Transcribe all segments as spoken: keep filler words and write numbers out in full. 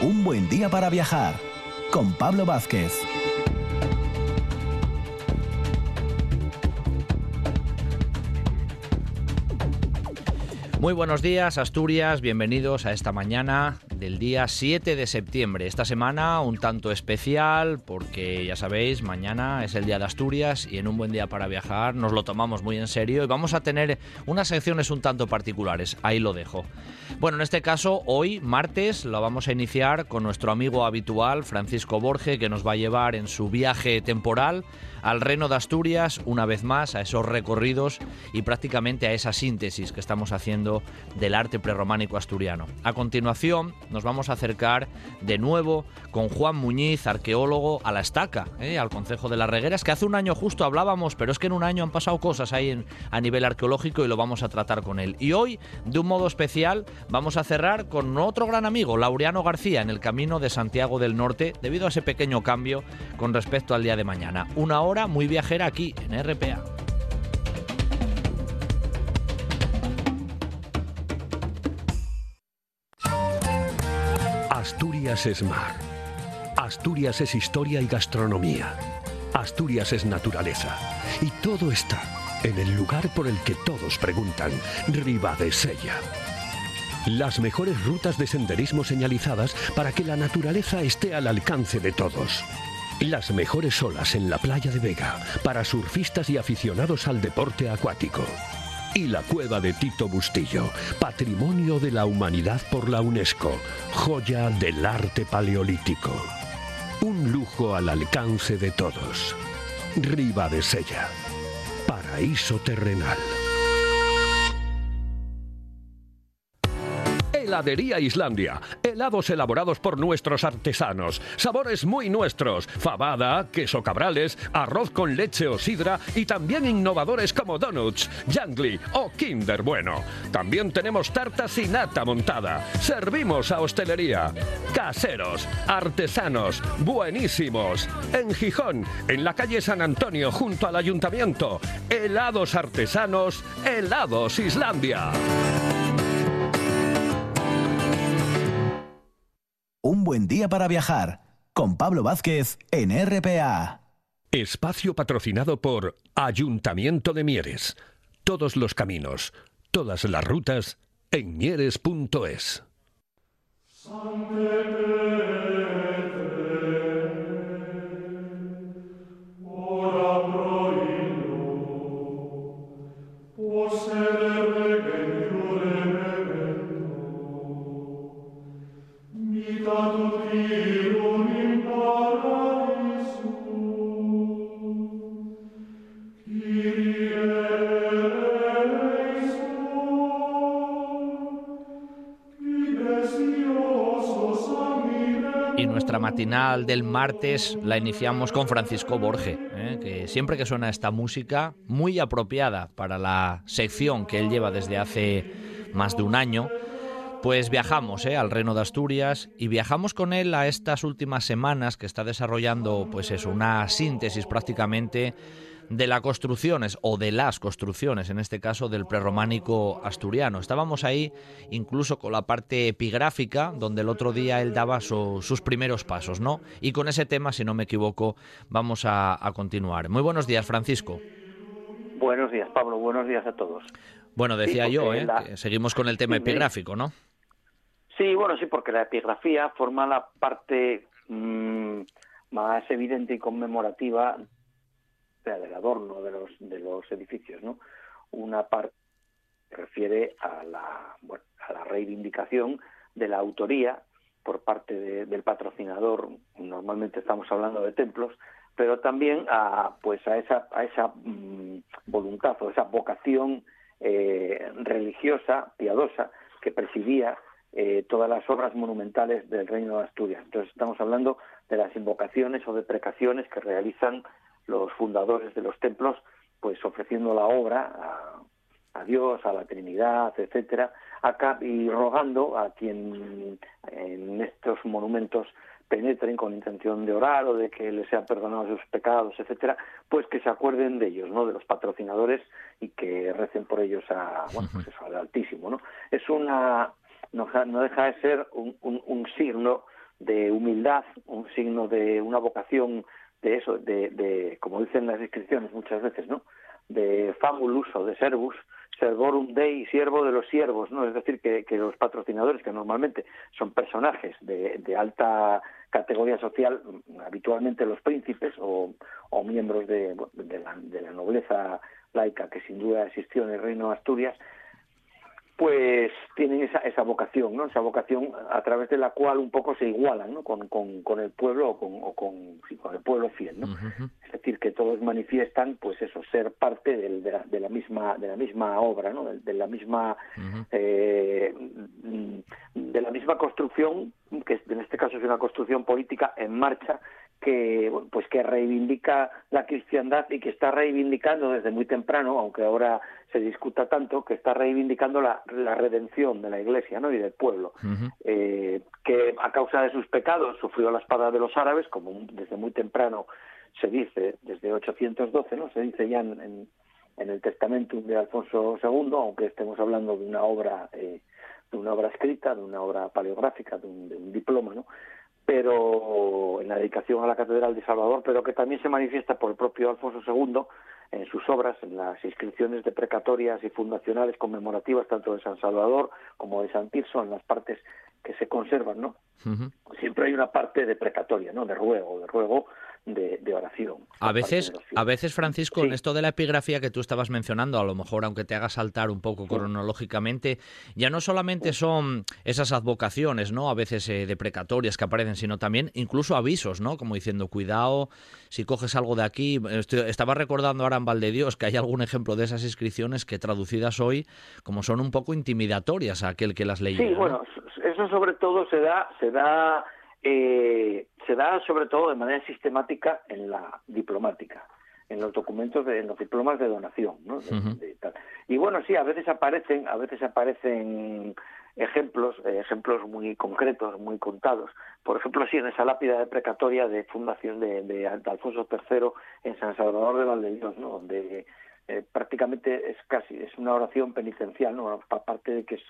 Un buen día para viajar con Pablo Vázquez. Muy buenos días, Asturias, bienvenidos a esta mañana del día siete de septiembre. Esta semana un tanto especial porque, ya sabéis, mañana es el Día de Asturias y en Un Buen Día para Viajar nos lo tomamos muy en serio y vamos a tener unas secciones un tanto particulares, ahí lo dejo. Bueno, en este caso, hoy, martes, lo vamos a iniciar con nuestro amigo habitual, Francisco Borge, que nos va a llevar en su viaje temporal al Reino de Asturias, una vez más, a esos recorridos y prácticamente a esa síntesis que estamos haciendo del arte prerrománico asturiano. A continuación, nos vamos a acercar de nuevo con Juan Muñiz, arqueólogo, a la Estaca, ¿eh? al Concejo de las Regueras, que hace un año justo hablábamos, pero es que en un año han pasado cosas ahí en, a nivel arqueológico y lo vamos a tratar con él. Y hoy, de un modo especial, vamos a cerrar con otro gran amigo, Laureano García, en el Camino de Santiago del Norte, debido a ese pequeño cambio con respecto al día de mañana. Una hora muy viajera aquí en R P A. Asturias es mar. Asturias es historia y gastronomía. Asturias es naturaleza. Y todo está en el lugar por el que todos preguntan, Ribadesella. Las mejores rutas de senderismo señalizadas para que la naturaleza esté al alcance de todos. Las mejores olas en la playa de Vega para surfistas y aficionados al deporte acuático. Y la cueva de Tito Bustillo, Patrimonio de la Humanidad por la UNESCO, joya del arte paleolítico. Un lujo al alcance de todos. Ribadesella, paraíso terrenal. Heladería Islandia. Helados elaborados por nuestros artesanos. Sabores muy nuestros. Fabada, queso cabrales, arroz con leche o sidra y también innovadores como donuts, jangli o Kinder Bueno. También tenemos tartas y nata montada. Servimos a hostelería. Caseros, artesanos, buenísimos. En Gijón, en la calle San Antonio, junto al ayuntamiento. Helados artesanos, Helados Islandia. Un buen día para viajar con Pablo Vázquez en R P A. Espacio patrocinado por Ayuntamiento de Mieres. Todos los caminos, todas las rutas en mieres punto es. Y nuestra matinal del martes la iniciamos con Francisco Borge, ¿eh? que siempre que suena esta música, muy apropiada para la sección que él lleva desde hace más de un año, pues viajamos ¿eh? al Reino de Asturias y viajamos con él a estas últimas semanas que está desarrollando pues eso, una síntesis prácticamente de las construcciones, o de las construcciones, en este caso del prerrománico asturiano. Estábamos ahí incluso con la parte epigráfica, donde el otro día él daba su, sus primeros pasos, ¿no? Y con ese tema, si no me equivoco, vamos a, a continuar. Muy buenos días, Francisco. Buenos días, Pablo. Buenos días a todos. Bueno, decía sí, yo, ¿eh? La... que seguimos con el tema sí, epigráfico, ¿no? Sí, bueno, sí, porque la epigrafía forma la parte mmm, más evidente y conmemorativa del adorno de los de los edificios, ¿no? Una parte que refiere a la bueno, a la reivindicación de la autoría por parte de, del patrocinador. Normalmente estamos hablando de templos, pero también a pues a esa a esa mmm, voluntad o esa vocación eh, religiosa, piadosa, que presidía eh, todas las obras monumentales del Reino de Asturias. Entonces estamos hablando de las invocaciones o deprecaciones que realizan los fundadores de los templos, pues ofreciendo la obra a, a Dios, a la Trinidad, etcétera, acá y rogando a quien en estos monumentos penetren con intención de orar o de que les sean perdonados sus pecados, etcétera, pues que se acuerden de ellos, ¿no? De los patrocinadores y que recen por ellos a, bueno, pues eso, al Altísimo, ¿no? Es una, no, no deja de ser un, un, un signo de humildad, un signo de una vocación de eso, de, de como dicen las inscripciones muchas veces, ¿no? De famulus o de servus, servorum Dei, siervo de los siervos, ¿no? Es decir, que, que los patrocinadores, que normalmente son personajes de, de alta categoría social, habitualmente los príncipes o, o miembros de, de, la, de la nobleza laica que sin duda existió en el Reino de Asturias, pues tienen esa, esa vocación, ¿no? Esa vocación a través de la cual un poco se igualan, ¿no? con, con, con el pueblo o con, o con, sí, con el pueblo fiel, ¿no? Uh-huh. Es decir, que todos manifiestan, pues eso, ser parte del, de, la, de la misma de la misma obra, ¿no? De, de la misma uh-huh. eh, de la misma construcción, que en este caso es una construcción política en marcha, que pues que reivindica la cristiandad y que está reivindicando desde muy temprano, aunque ahora se discuta tanto, que está reivindicando la, la redención de la Iglesia, ¿no? Y del pueblo, uh-huh. eh, que a causa de sus pecados sufrió la espada de los árabes, como desde muy temprano se dice, desde ochocientos doce, ¿no? Se dice ya en, en, en el Testamentum de Alfonso segundo, aunque estemos hablando de una obra eh, de una obra escrita, de una obra paleográfica, de un, de un diploma, ¿no? Pero en la dedicación a la Catedral de Salvador, pero que también se manifiesta por el propio Alfonso segundo en sus obras, en las inscripciones de precatorias y fundacionales conmemorativas, tanto de San Salvador como de San Tirso, en las partes que se conservan, ¿no? Uh-huh. Siempre hay una parte de precatoria, ¿no? De ruego, de ruego, de, de oración. A veces, a veces, Francisco, sí. En esto de la epigrafía que tú estabas mencionando, a lo mejor, aunque te haga saltar un poco sí. cronológicamente, ya no solamente son esas advocaciones, ¿no? A veces eh, de precatorias que aparecen, sino también incluso avisos, ¿no? Como diciendo, cuidado, si coges algo de aquí. Estoy, estaba recordando ahora en Valdedios que hay algún ejemplo de esas inscripciones que traducidas hoy, como son un poco intimidatorias a aquel que las leía. Sí, ¿no? bueno, eso sobre todo se da, se da, eh, se da sobre todo de manera sistemática en la diplomática, en los documentos, de, en los diplomas de donación, ¿no? De, uh-huh. de tal. Y bueno, sí, a veces aparecen, a veces aparecen ejemplos, eh, ejemplos muy concretos, muy contados. Por ejemplo, sí, en esa lápida de precatoria de fundación de, de, de Alfonso tercero en San Salvador de Valdedios, ¿no? Donde eh, prácticamente es casi es una oración penitencial, ¿no? Aparte de que es,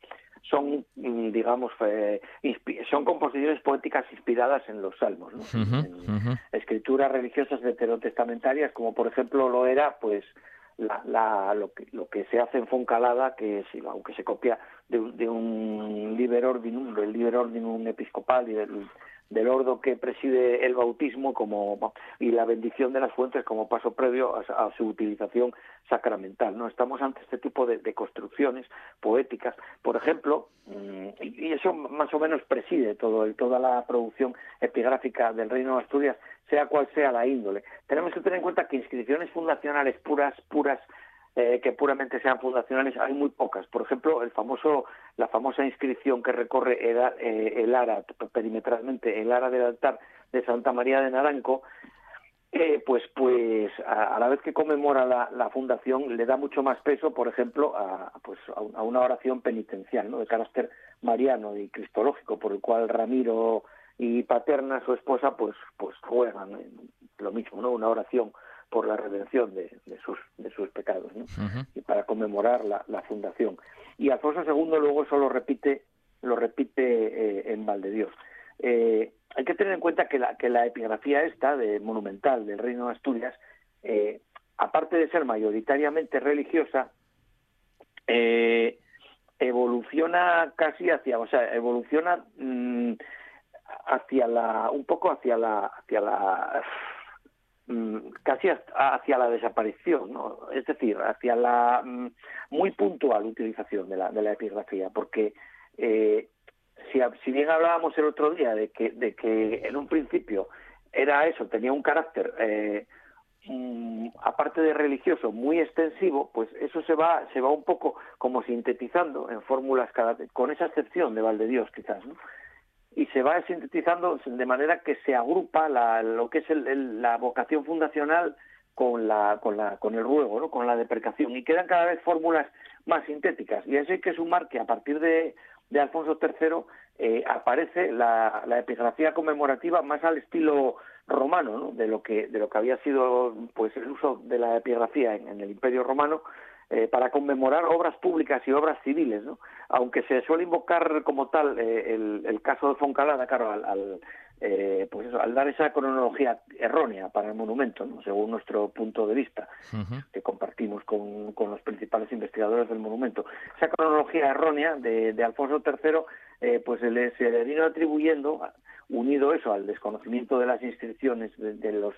son, digamos, eh, inspi- son composiciones poéticas inspiradas en los salmos, ¿no? Uh-huh, en, uh-huh. escrituras religiosas veterotestamentarias, como por ejemplo lo era, pues, la, la, lo, que, lo que se hace en Foncalada, que es, aunque se copia de, de un Liber Ordinum, del Liber Ordinum episcopal y del, del ordo que preside el bautismo como y la bendición de las fuentes como paso previo a, a su utilización sacramental, ¿no? Estamos ante este tipo de, de construcciones poéticas, por ejemplo, y, y eso más o menos preside todo el, toda la producción epigráfica del Reino de Asturias, sea cual sea la índole. Tenemos que tener en cuenta que inscripciones fundacionales puras, puras, eh, que puramente sean fundacionales, hay muy pocas. Por ejemplo, el famoso, la famosa inscripción que recorre el, eh, el ara, perimetralmente, el ara del altar de Santa María de Naranco, eh, pues, pues a, a la vez que conmemora la, la fundación, le da mucho más peso, por ejemplo, a, pues, a una oración penitencial, ¿no? De carácter mariano y cristológico, por el cual Ramiro y Paterna, su esposa, pues, pues juegan ¿eh? lo mismo, ¿no? Una oración por la redención de, de sus de sus pecados, ¿no? Uh-huh. Y para conmemorar la, la fundación. Y Alfonso segundo luego eso lo repite lo repite eh, en Valdedios. Eh, hay que tener en cuenta que la que la epigrafía esta de monumental del Reino de Asturias, eh, aparte de ser mayoritariamente religiosa, eh, evoluciona casi hacia, o sea, evoluciona mmm, hacia la un poco hacia la hacia la casi hacia la desaparición, ¿no? Es decir, hacia la muy puntual utilización de la de la epigrafía, porque eh, si, si bien hablábamos el otro día de que de que en un principio era eso, tenía un carácter eh, mm, aparte de religioso muy extensivo, pues eso se va se va un poco como sintetizando en fórmulas cada, con esa excepción de Valdedios quizás, ¿no? Y se va sintetizando de manera que se agrupa la, lo que es el, el, la vocación fundacional con la con la con el ruego, ¿no? Con la deprecación, y quedan cada vez fórmulas más sintéticas. Y a eso hay que sumar que a partir de, de Alfonso tercero eh, aparece la, la epigrafía conmemorativa más al estilo romano, ¿no? De lo que de lo que había sido pues el uso de la epigrafía en, en el Imperio Romano, eh, para conmemorar obras públicas y obras civiles, ¿no? Aunque se suele invocar como tal eh, el, el caso de Foncalada, claro, al, al eh, pues eso, al dar esa cronología errónea para el monumento, ¿no? Según nuestro punto de vista, uh-huh. que compartimos con, con los principales investigadores del monumento, esa cronología errónea de, de Alfonso tercero, eh, pues se le, se le vino atribuyendo, unido eso al desconocimiento de las inscripciones de, de los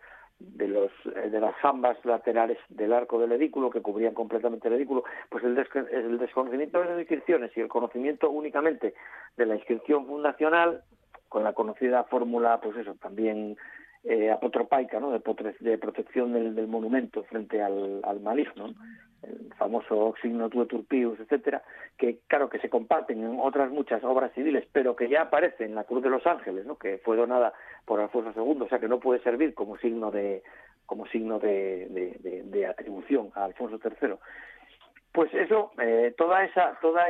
de los de las jambas laterales del arco del edículo que cubrían completamente el edículo, pues el, des, el desconocimiento de las inscripciones y el conocimiento únicamente de la inscripción fundacional, con la conocida fórmula, pues eso, también eh, apotropaica, ¿no? de, potre, de protección del, del monumento frente al, al maligno, ¿no? El famoso signo Tuetur Pius, etcétera, que claro que se comparten en otras muchas obras civiles, pero que ya aparece en la Cruz de los Ángeles, ¿no? que fue donada por Alfonso segundo, o sea que no puede servir como signo de como signo de, de, de, de atribución a Alfonso tercero. Pues eso, eh, toda esa, toda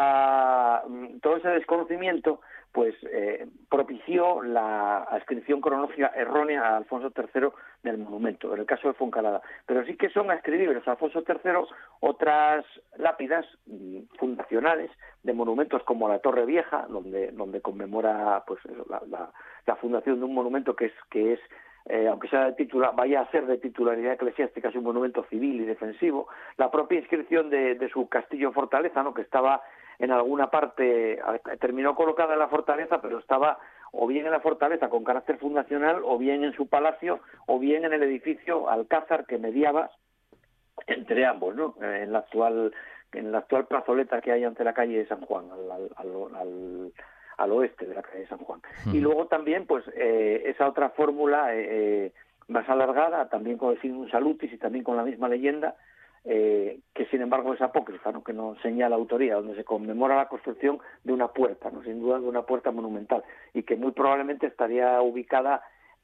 esa, todo ese desconocimiento, pues eh, propició la adscripción cronológica errónea a Alfonso tercero del monumento, en el caso de Foncalada. Pero sí que son adscribibles a Alfonso tercero otras lápidas fundacionales de monumentos como la Torre Vieja, donde donde conmemora pues la, la, la fundación de un monumento que es que es Eh, aunque sea de titular, vaya a ser de titularidad eclesiástica, es un monumento civil y defensivo. La propia inscripción de, de su castillo fortaleza, ¿no? que estaba en alguna parte, terminó colocada en la fortaleza, pero estaba o bien en la fortaleza con carácter fundacional, o bien en su palacio, o bien en el edificio alcázar que mediaba entre ambos, ¿no? en la actual en la actual plazoleta que hay ante la calle de San Juan, al, al, al, al al oeste de la calle de San Juan. Uh-huh. Y luego también, pues, eh, esa otra fórmula eh, más alargada, también con el Signum Salutis y también con la misma leyenda, eh, que sin embargo es apócrifa, ¿no? que no señala autoría, donde se conmemora la construcción de una puerta, ¿no? sin duda de una puerta monumental, y que muy probablemente estaría ubicada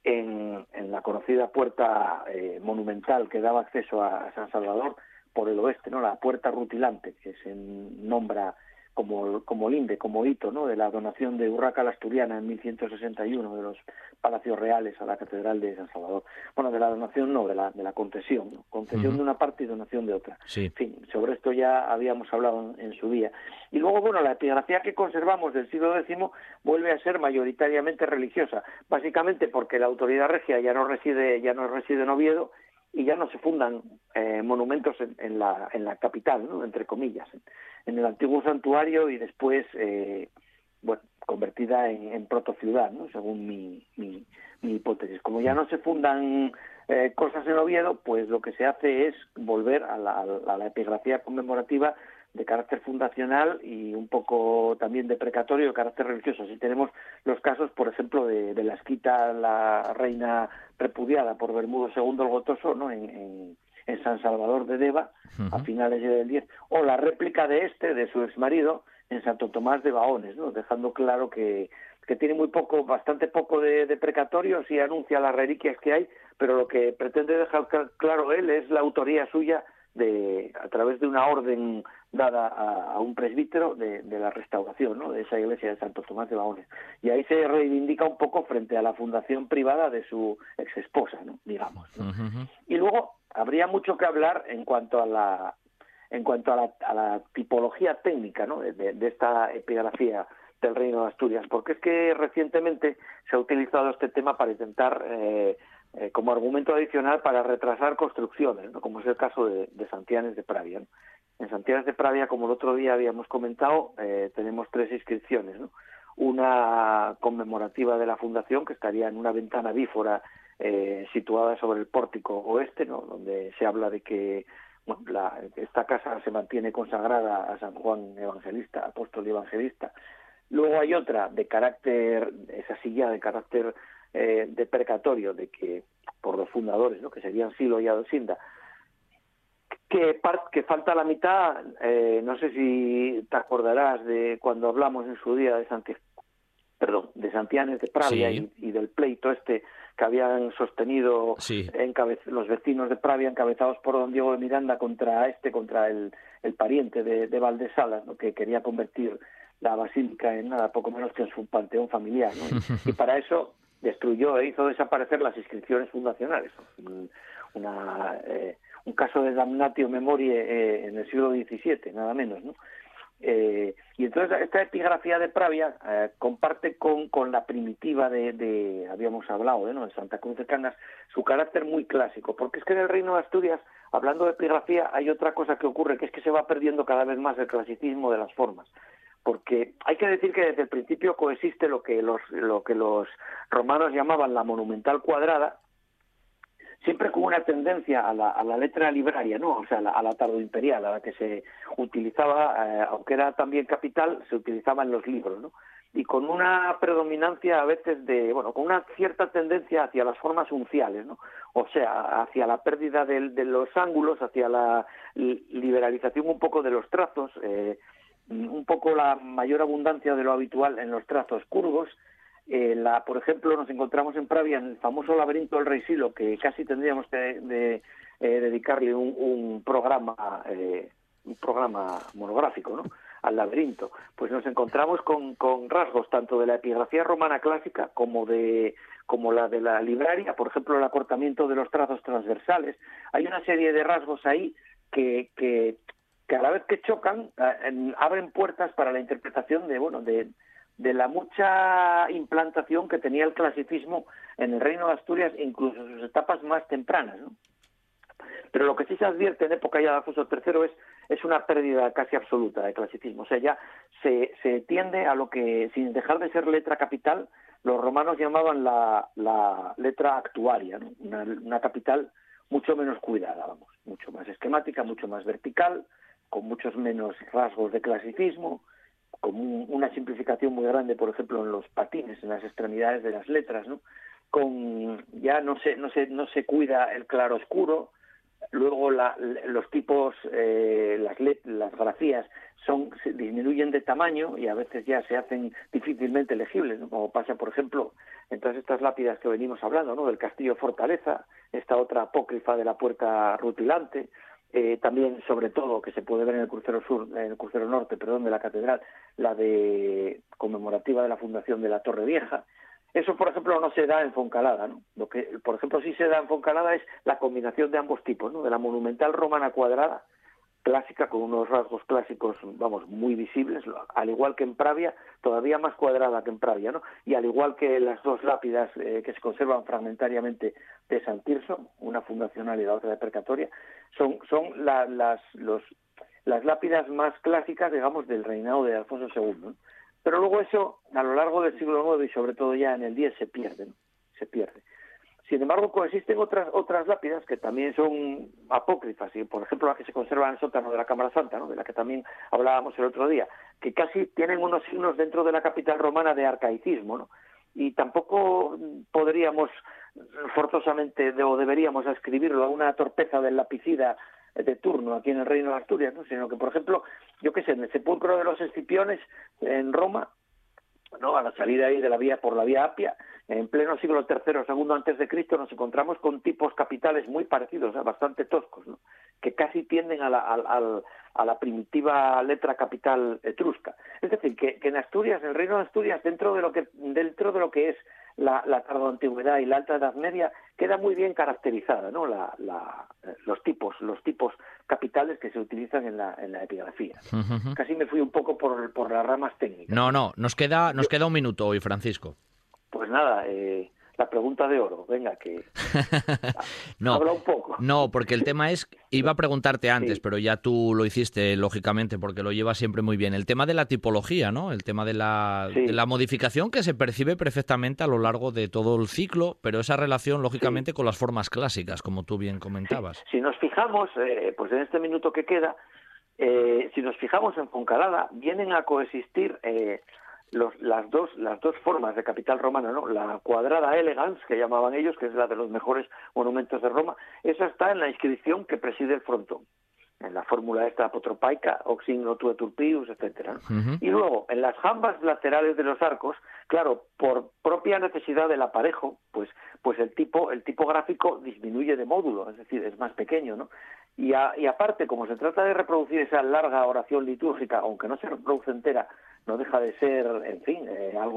en, en la conocida puerta eh, monumental que daba acceso a, a San Salvador por el oeste, ¿no? la puerta rutilante, que se nombra como como linde, como hito, ¿no? de la donación de Urraca la Asturiana en mil ciento sesenta y uno de los palacios reales a la Catedral de San Salvador. Bueno, de la donación no, de la de la concesión, ¿no? concesión uh-huh. de una parte y donación de otra. Sí. En fin, sobre esto ya habíamos hablado en, en su día. Y luego, bueno, la epigrafía que conservamos del siglo décimo vuelve a ser mayoritariamente religiosa, básicamente porque la autoridad regia ya no reside ya no reside en Oviedo y ya no se fundan eh, monumentos en, en la en la capital, ¿no? entre comillas, en, en el antiguo santuario y después eh, bueno convertida en, en protociudad, ¿no? según mi, mi, mi hipótesis. Como ya no se fundan eh, cosas en Oviedo, pues lo que se hace es volver a la, a la epigrafía conmemorativa de carácter fundacional y un poco también de precatorio de carácter religioso. Así tenemos los casos, por ejemplo, de, de la esquita la reina repudiada por Bermudo segundo el Gotoso, ¿no? en, en, en San Salvador de Deva, uh-huh. a finales del diez, o la réplica de este, de su exmarido, en Santo Tomás de Bahones, ¿no? dejando claro que, que tiene muy poco, bastante poco de, de precatorio, sí anuncia las reliquias que hay, pero lo que pretende dejar claro él es la autoría suya de a través de una orden dada a, a un presbítero de, de la restauración, ¿no? de esa iglesia de Santo Tomás de Bahones. Y ahí se reivindica un poco frente a la fundación privada de su exesposa, ¿no? digamos. ¿no? Uh-huh. Y luego habría mucho que hablar en cuanto a la en cuanto a la, a la tipología técnica, ¿no? de, de, de esta epigrafía del Reino de Asturias, porque es que recientemente se ha utilizado este tema para intentar eh, eh, como argumento adicional para retrasar construcciones, ¿no? como es el caso de, de Santianes de Pravia, ¿no? En Santianes de Pravia, como el otro día habíamos comentado, eh, tenemos tres inscripciones, ¿no? Una conmemorativa de la fundación, que estaría en una ventana bífora eh, situada sobre el pórtico oeste, ¿no? donde se habla de que bueno, la, esta casa se mantiene consagrada a San Juan Evangelista, apóstol y evangelista. Luego hay otra de carácter, esa silla de carácter eh, de precatorio, de que por los fundadores, ¿no? que serían Silo y Adosinda, que, par, que falta la mitad. Eh, no sé si te acordarás de cuando hablamos en su día de Santi, perdón, de Santianes de Pravia sí. y, y del pleito este que habían sostenido sí. encabez, los vecinos de Pravia encabezados por don Diego de Miranda contra este, contra el, el pariente de, de Valdesalas, ¿no? que quería convertir la basílica en nada poco menos que en su panteón familiar, ¿no? y, y para eso destruyó e hizo desaparecer las inscripciones fundacionales, una, eh, un caso de damnatio memoriae eh, en el siglo diecisiete, nada menos, ¿no? Eh, y entonces esta epigrafía de Pravia eh, comparte con, con la primitiva de, de habíamos hablado, ¿eh? ¿no? de Santa Cruz de Cangas, su carácter muy clásico, porque es que en el Reino de Asturias, hablando de epigrafía, hay otra cosa que ocurre, que es que se va perdiendo cada vez más el clasicismo de las formas, porque hay que decir que desde el principio coexiste lo que los, lo que los romanos llamaban la monumental cuadrada, siempre con una tendencia a la, a la letra libraria, ¿no? O sea, a la, a la tardoimperial, a la que se utilizaba, eh, aunque era también capital, se utilizaba en los libros, ¿no? Y con una predominancia a veces de, bueno, con una cierta tendencia hacia las formas unciales, ¿no? O sea, hacia la pérdida de, de los ángulos, hacia la liberalización un poco de los trazos, eh, un poco la mayor abundancia de lo habitual en los trazos curvos. Eh, la, por ejemplo, nos encontramos en Pravia en el famoso laberinto del Rey Silo, que casi tendríamos que de, eh, dedicarle un, un programa eh, un programa monográfico, ¿no? al laberinto. Pues nos encontramos con, con rasgos tanto de la epigrafía romana clásica como de como la de la libraria, por ejemplo, el acortamiento de los trazos transversales. Hay una serie de rasgos ahí que, que, que a la vez que chocan, eh, abren puertas para la interpretación de, bueno, de de la mucha implantación que tenía el clasicismo en el Reino de Asturias, incluso en sus etapas más tempranas, ¿no? Pero lo que sí se advierte en época ya de Alfonso tercero es, es una pérdida casi absoluta de clasicismo. O sea, ya se, se tiende a lo que, sin dejar de ser letra capital, los romanos llamaban la, la letra actuaria, ¿no? Una, una capital mucho menos cuidada, vamos, mucho más esquemática, mucho más vertical, con muchos menos rasgos de clasicismo, con un, una simplificación muy grande, por ejemplo, en los patines, en las extremidades de las letras, ¿no? Con ya no se no se no se cuida el claro oscuro. Luego la, los tipos, eh, las let, las grafías son se disminuyen de tamaño y a veces ya se hacen difícilmente legibles, ¿no? Como pasa, por ejemplo, en todas estas lápidas que venimos hablando, ¿no? Del Castillo Fortaleza, esta otra apócrifa de la Puerta Rutilante. Eh, también, sobre todo, que se puede ver en el crucero sur, en el crucero norte, perdón, de la catedral, la de conmemorativa de la fundación de la Torre Vieja. Eso, por ejemplo, no se da en Foncalada, ¿no? Lo que, por ejemplo, sí se da en Foncalada es la combinación de ambos tipos, ¿no? De la monumental romana cuadrada, clásica, con unos rasgos clásicos, vamos, muy visibles, al igual que en Pravia, todavía más cuadrada que en Pravia, ¿no? Y al igual que las dos lápidas eh, que se conservan fragmentariamente de San Tirso, una fundacional y la otra de Percatoria, son, son la, las, los, las lápidas más clásicas, digamos, del reinado de Alfonso segundo, ¿no? Pero luego eso, a lo largo del siglo nueve y sobre todo ya en el diez, se pierde, ¿no? Se pierde. Sin embargo, coexisten otras otras lápidas que también son apócrifas, y por ejemplo la que se conserva en el sótano de la Cámara Santa, ¿no? De la que también hablábamos el otro día, que casi tienen unos signos dentro de la capital romana de arcaicismo, ¿no? Y tampoco podríamos forzosamente o deberíamos ascribirlo a una torpeza del lapicida de turno aquí en el Reino de Asturias, ¿no? Sino que, por ejemplo, yo qué sé, en el sepulcro de los Escipiones en Roma, ¿no? A la salida ahí de la vía por la vía Apia, en pleno siglo tercero o segundo antes de Cristo, nos encontramos con tipos capitales muy parecidos, ¿eh? Bastante toscos, ¿no? Que casi tienden a la, a, a, a la primitiva letra capital etrusca. Es decir, que, que en Asturias, en el Reino de Asturias, dentro de lo que dentro de lo que es la, la tardoantigüedad y la alta edad media, queda muy bien caracterizada, ¿no? La, la, los tipos, los tipos capitales que se utilizan en la, en la epigrafía. Uh-huh. Casi me fui un poco por, por las ramas técnicas. No, no, nos queda, nos queda un minuto hoy, Francisco. Pues nada, eh, la pregunta de oro, venga, que no, habla un poco. No, porque el tema es, iba a preguntarte antes, sí, pero ya tú lo hiciste, lógicamente, porque lo llevas siempre muy bien. El tema de la tipología, ¿no? El tema de la, sí. de la modificación que se percibe perfectamente a lo largo de todo el ciclo, pero esa relación, lógicamente, sí. con las formas clásicas, como tú bien comentabas. Sí. Si nos fijamos, eh, pues en este minuto que queda, eh, si nos fijamos en Foncalada, vienen a coexistir eh, Los, las dos las dos formas de capital romana, ¿no? La cuadrada elegans, que llamaban ellos, que es la de los mejores monumentos de Roma, esa está en la inscripción que preside el frontón, en la fórmula esta apotropaica, oxin tu turpius, etcétera, ¿no? Uh-huh. Y luego, en las jambas laterales de los arcos, claro, por propia necesidad del aparejo, pues pues el tipo el tipo gráfico disminuye de módulo, es decir, es más pequeño, ¿no? Y, a, y aparte, como se trata de reproducir esa larga oración litúrgica, aunque no se reproduce entera, no deja de ser, en fin, eh, algo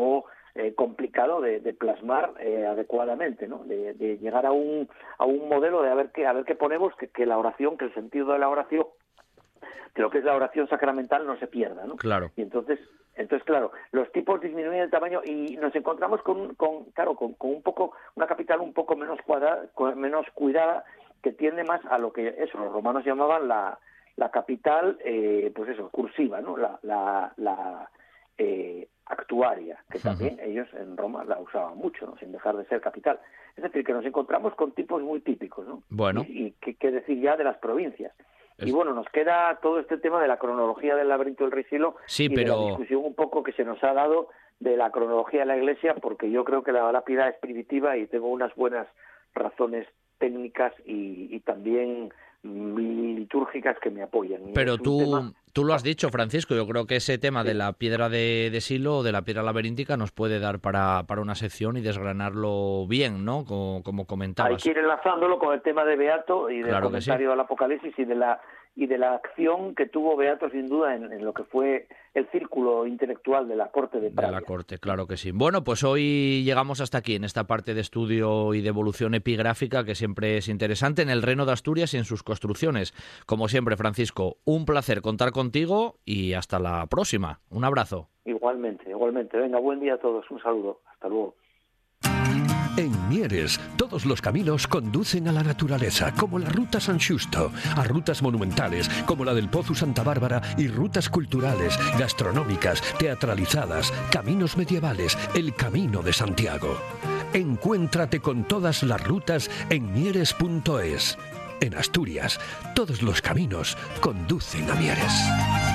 eh, complicado de, de plasmar eh, adecuadamente, ¿no? De, de llegar a un a un modelo de a ver qué a ver qué ponemos, que, que la oración, que el sentido de la oración, que lo que es la oración sacramental no se pierda, ¿no? Claro. Y entonces, entonces claro, los tipos disminuyen de tamaño y nos encontramos con, con claro, con, con un poco, una capital un poco menos cuadrada, menos cuidada, que tiende más a lo que eso los romanos llamaban la, la capital, eh, pues eso, cursiva, ¿no? La, la, la eh, actuaria, que también uh-huh. ellos en Roma la usaban mucho, ¿no? Sin dejar de ser capital. Es decir, que nos encontramos con tipos muy típicos, ¿no? Bueno. Y, y qué, qué decir ya de las provincias. Es... Y bueno, nos queda todo este tema de la cronología del laberinto del Rey Silo sí, y pero... de la discusión un poco que se nos ha dado de la cronología de la Iglesia, porque yo creo que la lápida es primitiva y tengo unas buenas razones técnicas y, y también litúrgicas que me apoyan. Y pero tú, tema... tú lo has dicho, Francisco, yo creo que ese tema sí. de la piedra de, de Silo, de la piedra laberíntica, nos puede dar para, para una sección y desgranarlo bien, ¿no? Como, como comentabas. Hay que ir enlazándolo con el tema de Beato y del claro comentario sí. al Apocalipsis y de la y de la acción que tuvo Beato sin duda en, en lo que fue el círculo intelectual de la corte de Pravia. De la corte, claro que sí. Bueno, pues hoy llegamos hasta aquí, en esta parte de estudio y de evolución epigráfica que siempre es interesante en el Reino de Asturias y en sus construcciones. Como siempre, Francisco, un placer contar contigo y hasta la próxima. Un abrazo. Igualmente, igualmente. Venga, buen día a todos. Un saludo. Hasta luego. En Mieres, todos los caminos conducen a la naturaleza, como la Ruta San Xusto, a rutas monumentales, como la del Pozu Santa Bárbara, y rutas culturales, gastronómicas, teatralizadas, caminos medievales, el Camino de Santiago. Encuéntrate con todas las rutas en mieres punto es. En Asturias, todos los caminos conducen a Mieres.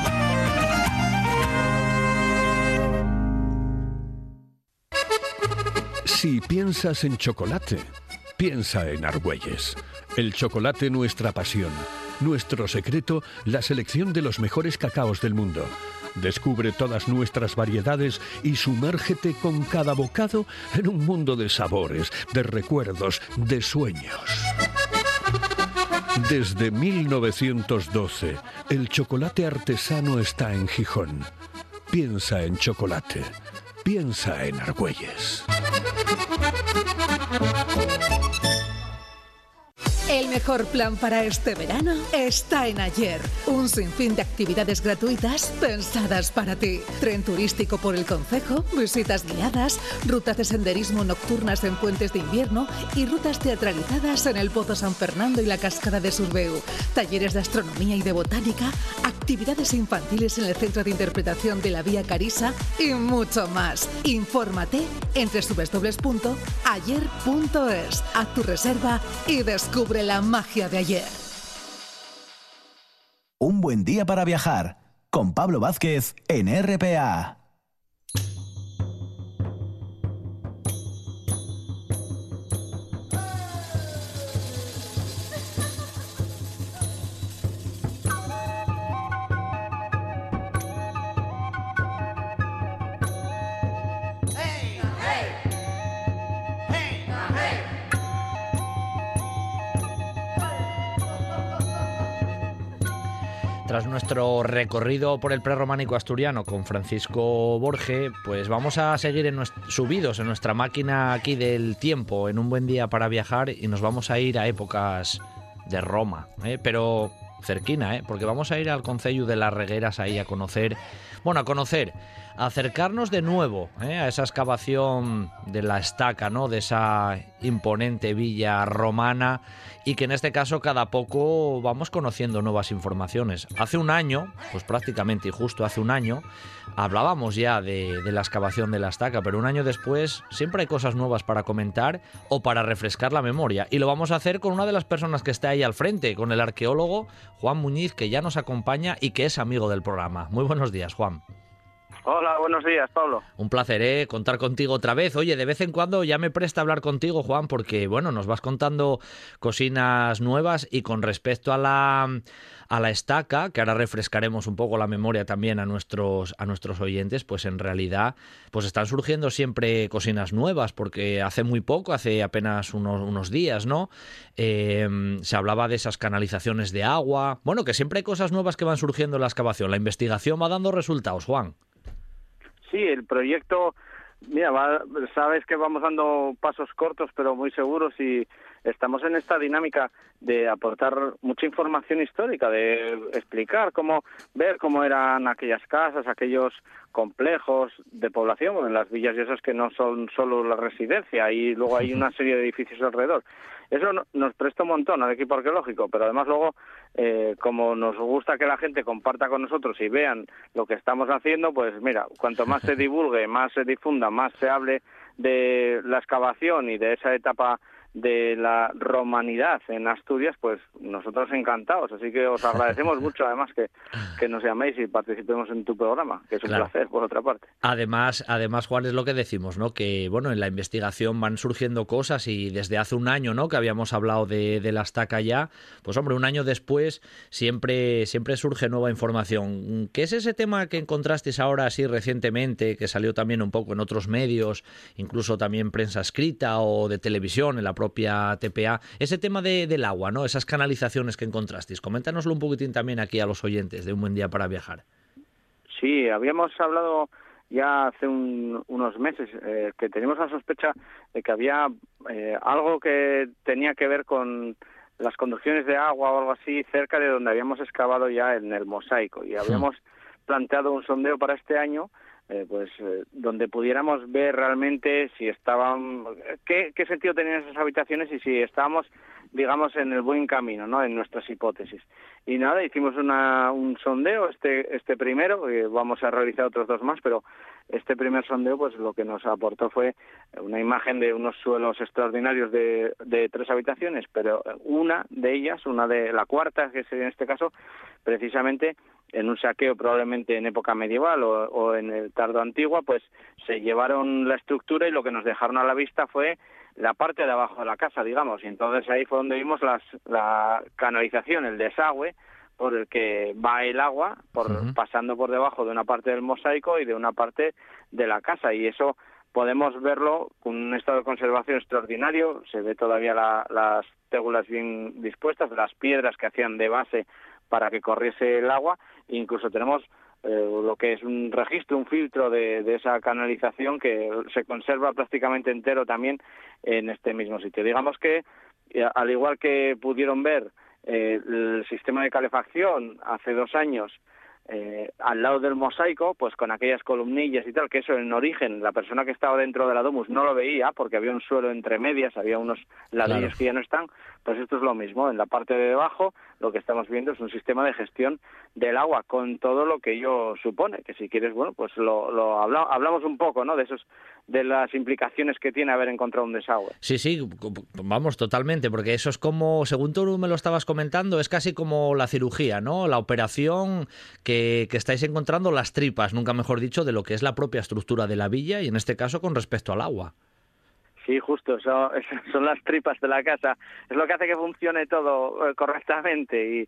Si piensas en chocolate, piensa en Argüelles. El chocolate, nuestra pasión. Nuestro secreto, la selección de los mejores cacaos del mundo. Descubre todas nuestras variedades y sumérgete con cada bocado en un mundo de sabores, de recuerdos, de sueños. Desde mil novecientos doce, el chocolate artesano está en Gijón. Piensa en chocolate. Piensa en Argüelles. El mejor plan para este verano está en Ayer. Un sinfín de actividades gratuitas pensadas para ti. Tren turístico por el concejo, visitas guiadas, rutas de senderismo nocturnas en puentes de invierno y rutas teatralizadas en el Pozo San Fernando y la Cascada de Surbeu. Talleres de astronomía y de botánica, actividades infantiles en el Centro de Interpretación de la Vía Carisa y mucho más. Infórmate en doble u doble u doble u punto ayer punto es. Haz tu reserva y descubre la magia de ayer. Un buen día para viajar con Pablo Vázquez en R P A. Tras nuestro recorrido por el prerrománico asturiano con Francisco Borge, pues vamos a seguir en nuestro, subidos en nuestra máquina aquí del tiempo, en un buen día para viajar, y nos vamos a ir a épocas de Roma, ¿eh? Pero cerquina, ¿eh? Porque vamos a ir al concello de Las Regueras ahí a conocer, bueno, a conocer, a acercarnos de nuevo, ¿eh? A esa excavación de la estaca, ¿no? De esa imponente villa romana, y que en este caso cada poco vamos conociendo nuevas informaciones. Hace un año, pues prácticamente y justo hace un año, hablábamos ya de, de la excavación de la estaca, pero un año después siempre hay cosas nuevas para comentar o para refrescar la memoria, y lo vamos a hacer con una de las personas que está ahí al frente, con el arqueólogo Juan Muñiz, que ya nos acompaña y que es amigo del programa. Muy buenos días, Juan. Hola, buenos días, Pablo. Un placer, ¿eh? Contar contigo otra vez. Oye, de vez en cuando ya me presta hablar contigo, Juan, porque, bueno, nos vas contando cosinas nuevas, y con respecto a la, a la estaca, que ahora refrescaremos un poco la memoria también a nuestros, a nuestros oyentes, pues en realidad pues están surgiendo siempre cosinas nuevas, porque hace muy poco, hace apenas unos, unos días, ¿no? Eh, se hablaba de esas canalizaciones de agua. Bueno, que siempre hay cosas nuevas que van surgiendo en la excavación. La investigación va dando resultados, Juan. Sí, el proyecto Mira, va, sabes que vamos dando pasos cortos pero muy seguros y estamos en esta dinámica de aportar mucha información histórica, de explicar cómo, ver cómo eran aquellas casas, aquellos complejos de población, bueno, en las villas y esas que no son solo la residencia y luego hay una serie de edificios alrededor. Eso nos presta un montón al equipo arqueológico, pero además luego, eh, como nos gusta que la gente comparta con nosotros y vean lo que estamos haciendo, pues mira, cuanto más se divulgue, más se difunda, más se hable de la excavación y de esa etapa de la romanidad en Asturias, pues nosotros encantados. Así que os agradecemos mucho, además, que, que nos llaméis y participemos en tu programa, que es un claro. placer, por otra parte. Además, además, Juan, es lo que decimos, ¿no? Que, bueno, en la investigación van surgiendo cosas y desde hace un año, ¿no?, que habíamos hablado de, de la estaca ya, pues, hombre, un año después siempre, siempre surge nueva información. ¿Qué es ese tema que encontrasteis ahora así recientemente, que salió también un poco en otros medios, incluso también prensa escrita o de televisión, en la propia T P A, ese tema de, del agua, ¿no? Esas canalizaciones que encontrasteis? Coméntanoslo un poquitín también aquí a los oyentes de Un Buen Día para Viajar. Sí, habíamos hablado ya hace un, unos meses eh, que teníamos la sospecha de que había eh, algo que tenía que ver con las conducciones de agua o algo así cerca de donde habíamos excavado ya en el Mosaico, y habíamos sí. planteado un sondeo para este año Eh, pues eh, donde pudiéramos ver realmente si estaban, qué, qué sentido tenían esas habitaciones y si estábamos, digamos, en el buen camino, ¿no?, en nuestras hipótesis. Y nada, hicimos una, un sondeo, este este primero, eh, vamos a realizar otros dos más, pero este primer sondeo, pues lo que nos aportó fue una imagen de unos suelos extraordinarios de, de tres habitaciones, pero una de ellas, una de la cuarta, que sería en este caso, precisamente en un saqueo probablemente en época medieval o, o en el tardo antigua, pues se llevaron la estructura y lo que nos dejaron a la vista fue la parte de abajo de la casa, digamos, y entonces ahí fue donde vimos las, la canalización, el desagüe por el que va el agua, por uh-huh. pasando por debajo de una parte del mosaico y de una parte de la casa, y eso podemos verlo con un estado de conservación extraordinario. Se ve todavía la, las tégulas bien dispuestas, las piedras que hacían de base para que corriese el agua, e incluso tenemos eh, lo que es un registro, un filtro de, de esa canalización que se conserva prácticamente entero también en este mismo sitio. Digamos que, eh, al igual que pudieron ver eh, el sistema de calefacción hace dos años, Eh, al lado del mosaico, pues con aquellas columnillas y tal, que eso en origen la persona que estaba dentro de la domus no lo veía porque había un suelo entre medias, había unos ladrillos claro. que ya no están, pues esto es lo mismo. En la parte de debajo lo que estamos viendo es un sistema de gestión del agua con todo lo que ello supone, que si quieres, bueno, pues lo, lo habla, hablamos un poco, ¿no?, de esos, de las implicaciones que tiene haber encontrado un desagüe. Sí, sí, vamos, totalmente, porque eso es como, según tú me lo estabas comentando, es casi como la cirugía, ¿no?, la operación que, que estáis encontrando las tripas, nunca mejor dicho, de lo que es la propia estructura de la villa y en este caso con respecto al agua. Sí, justo, son, son las tripas de la casa, es lo que hace que funcione todo eh, correctamente y,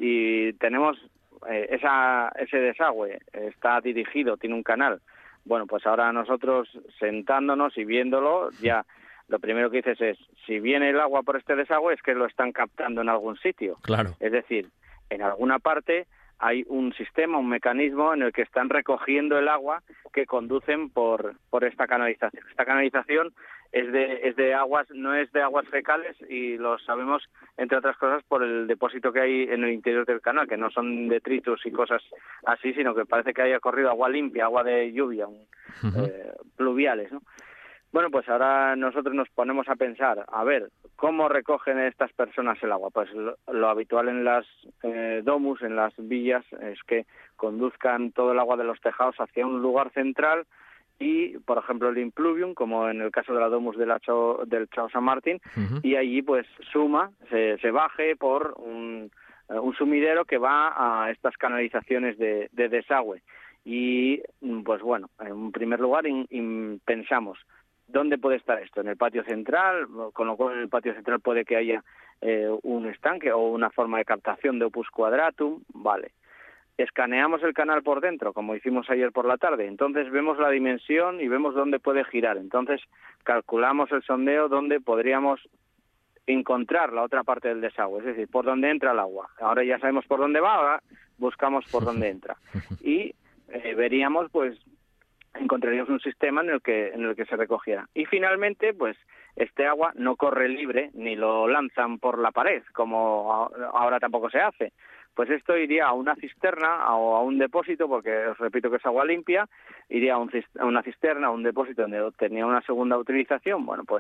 y tenemos eh, esa, ese desagüe, está dirigido, tiene un canal. Bueno, pues ahora nosotros sentándonos y viéndolo, ya lo primero que dices es, si viene el agua por este desagüe es que lo están captando en algún sitio. Claro. Es decir, en alguna parte hay un sistema, un mecanismo en el que están recogiendo el agua que conducen por, por esta canalización. Esta canalización es de, es de aguas, no es de aguas fecales, y lo sabemos, entre otras cosas, por el depósito que hay en el interior del canal, que no son detritus y cosas así, sino que parece que haya corrido agua limpia, agua de lluvia, un, uh-huh. eh, pluviales, ¿no? Bueno, pues ahora nosotros nos ponemos a pensar, a ver, ¿cómo recogen estas personas el agua? Pues lo, lo habitual en las eh, domus, en las villas, es que conduzcan todo el agua de los tejados hacia un lugar central y, por ejemplo, el impluvium, como en el caso de la domus de la Cho, del Chao San Martín, uh-huh. y allí pues suma, se, se baje por un, un sumidero que va a estas canalizaciones de, de desagüe. Y, pues bueno, en primer lugar in, in, pensamos, ¿dónde puede estar esto? ¿En el patio central? Con lo cual en el patio central puede que haya eh, un estanque o una forma de captación de opus quadratum, vale. Escaneamos el canal por dentro, como hicimos ayer por la tarde, entonces vemos la dimensión y vemos dónde puede girar, entonces calculamos el sondeo donde podríamos encontrar la otra parte del desagüe, es decir, por dónde entra el agua. Ahora ya sabemos por dónde va, ahora buscamos por dónde entra. Y eh, veríamos, pues, encontraríamos un sistema en el que en el que se recogiera. Y finalmente, pues este agua no corre libre ni lo lanzan por la pared, como ahora tampoco se hace. Pues esto iría a una cisterna o a un depósito, porque os repito que es agua limpia, iría a, un, a una cisterna, a un depósito donde tenía una segunda utilización. Bueno, pues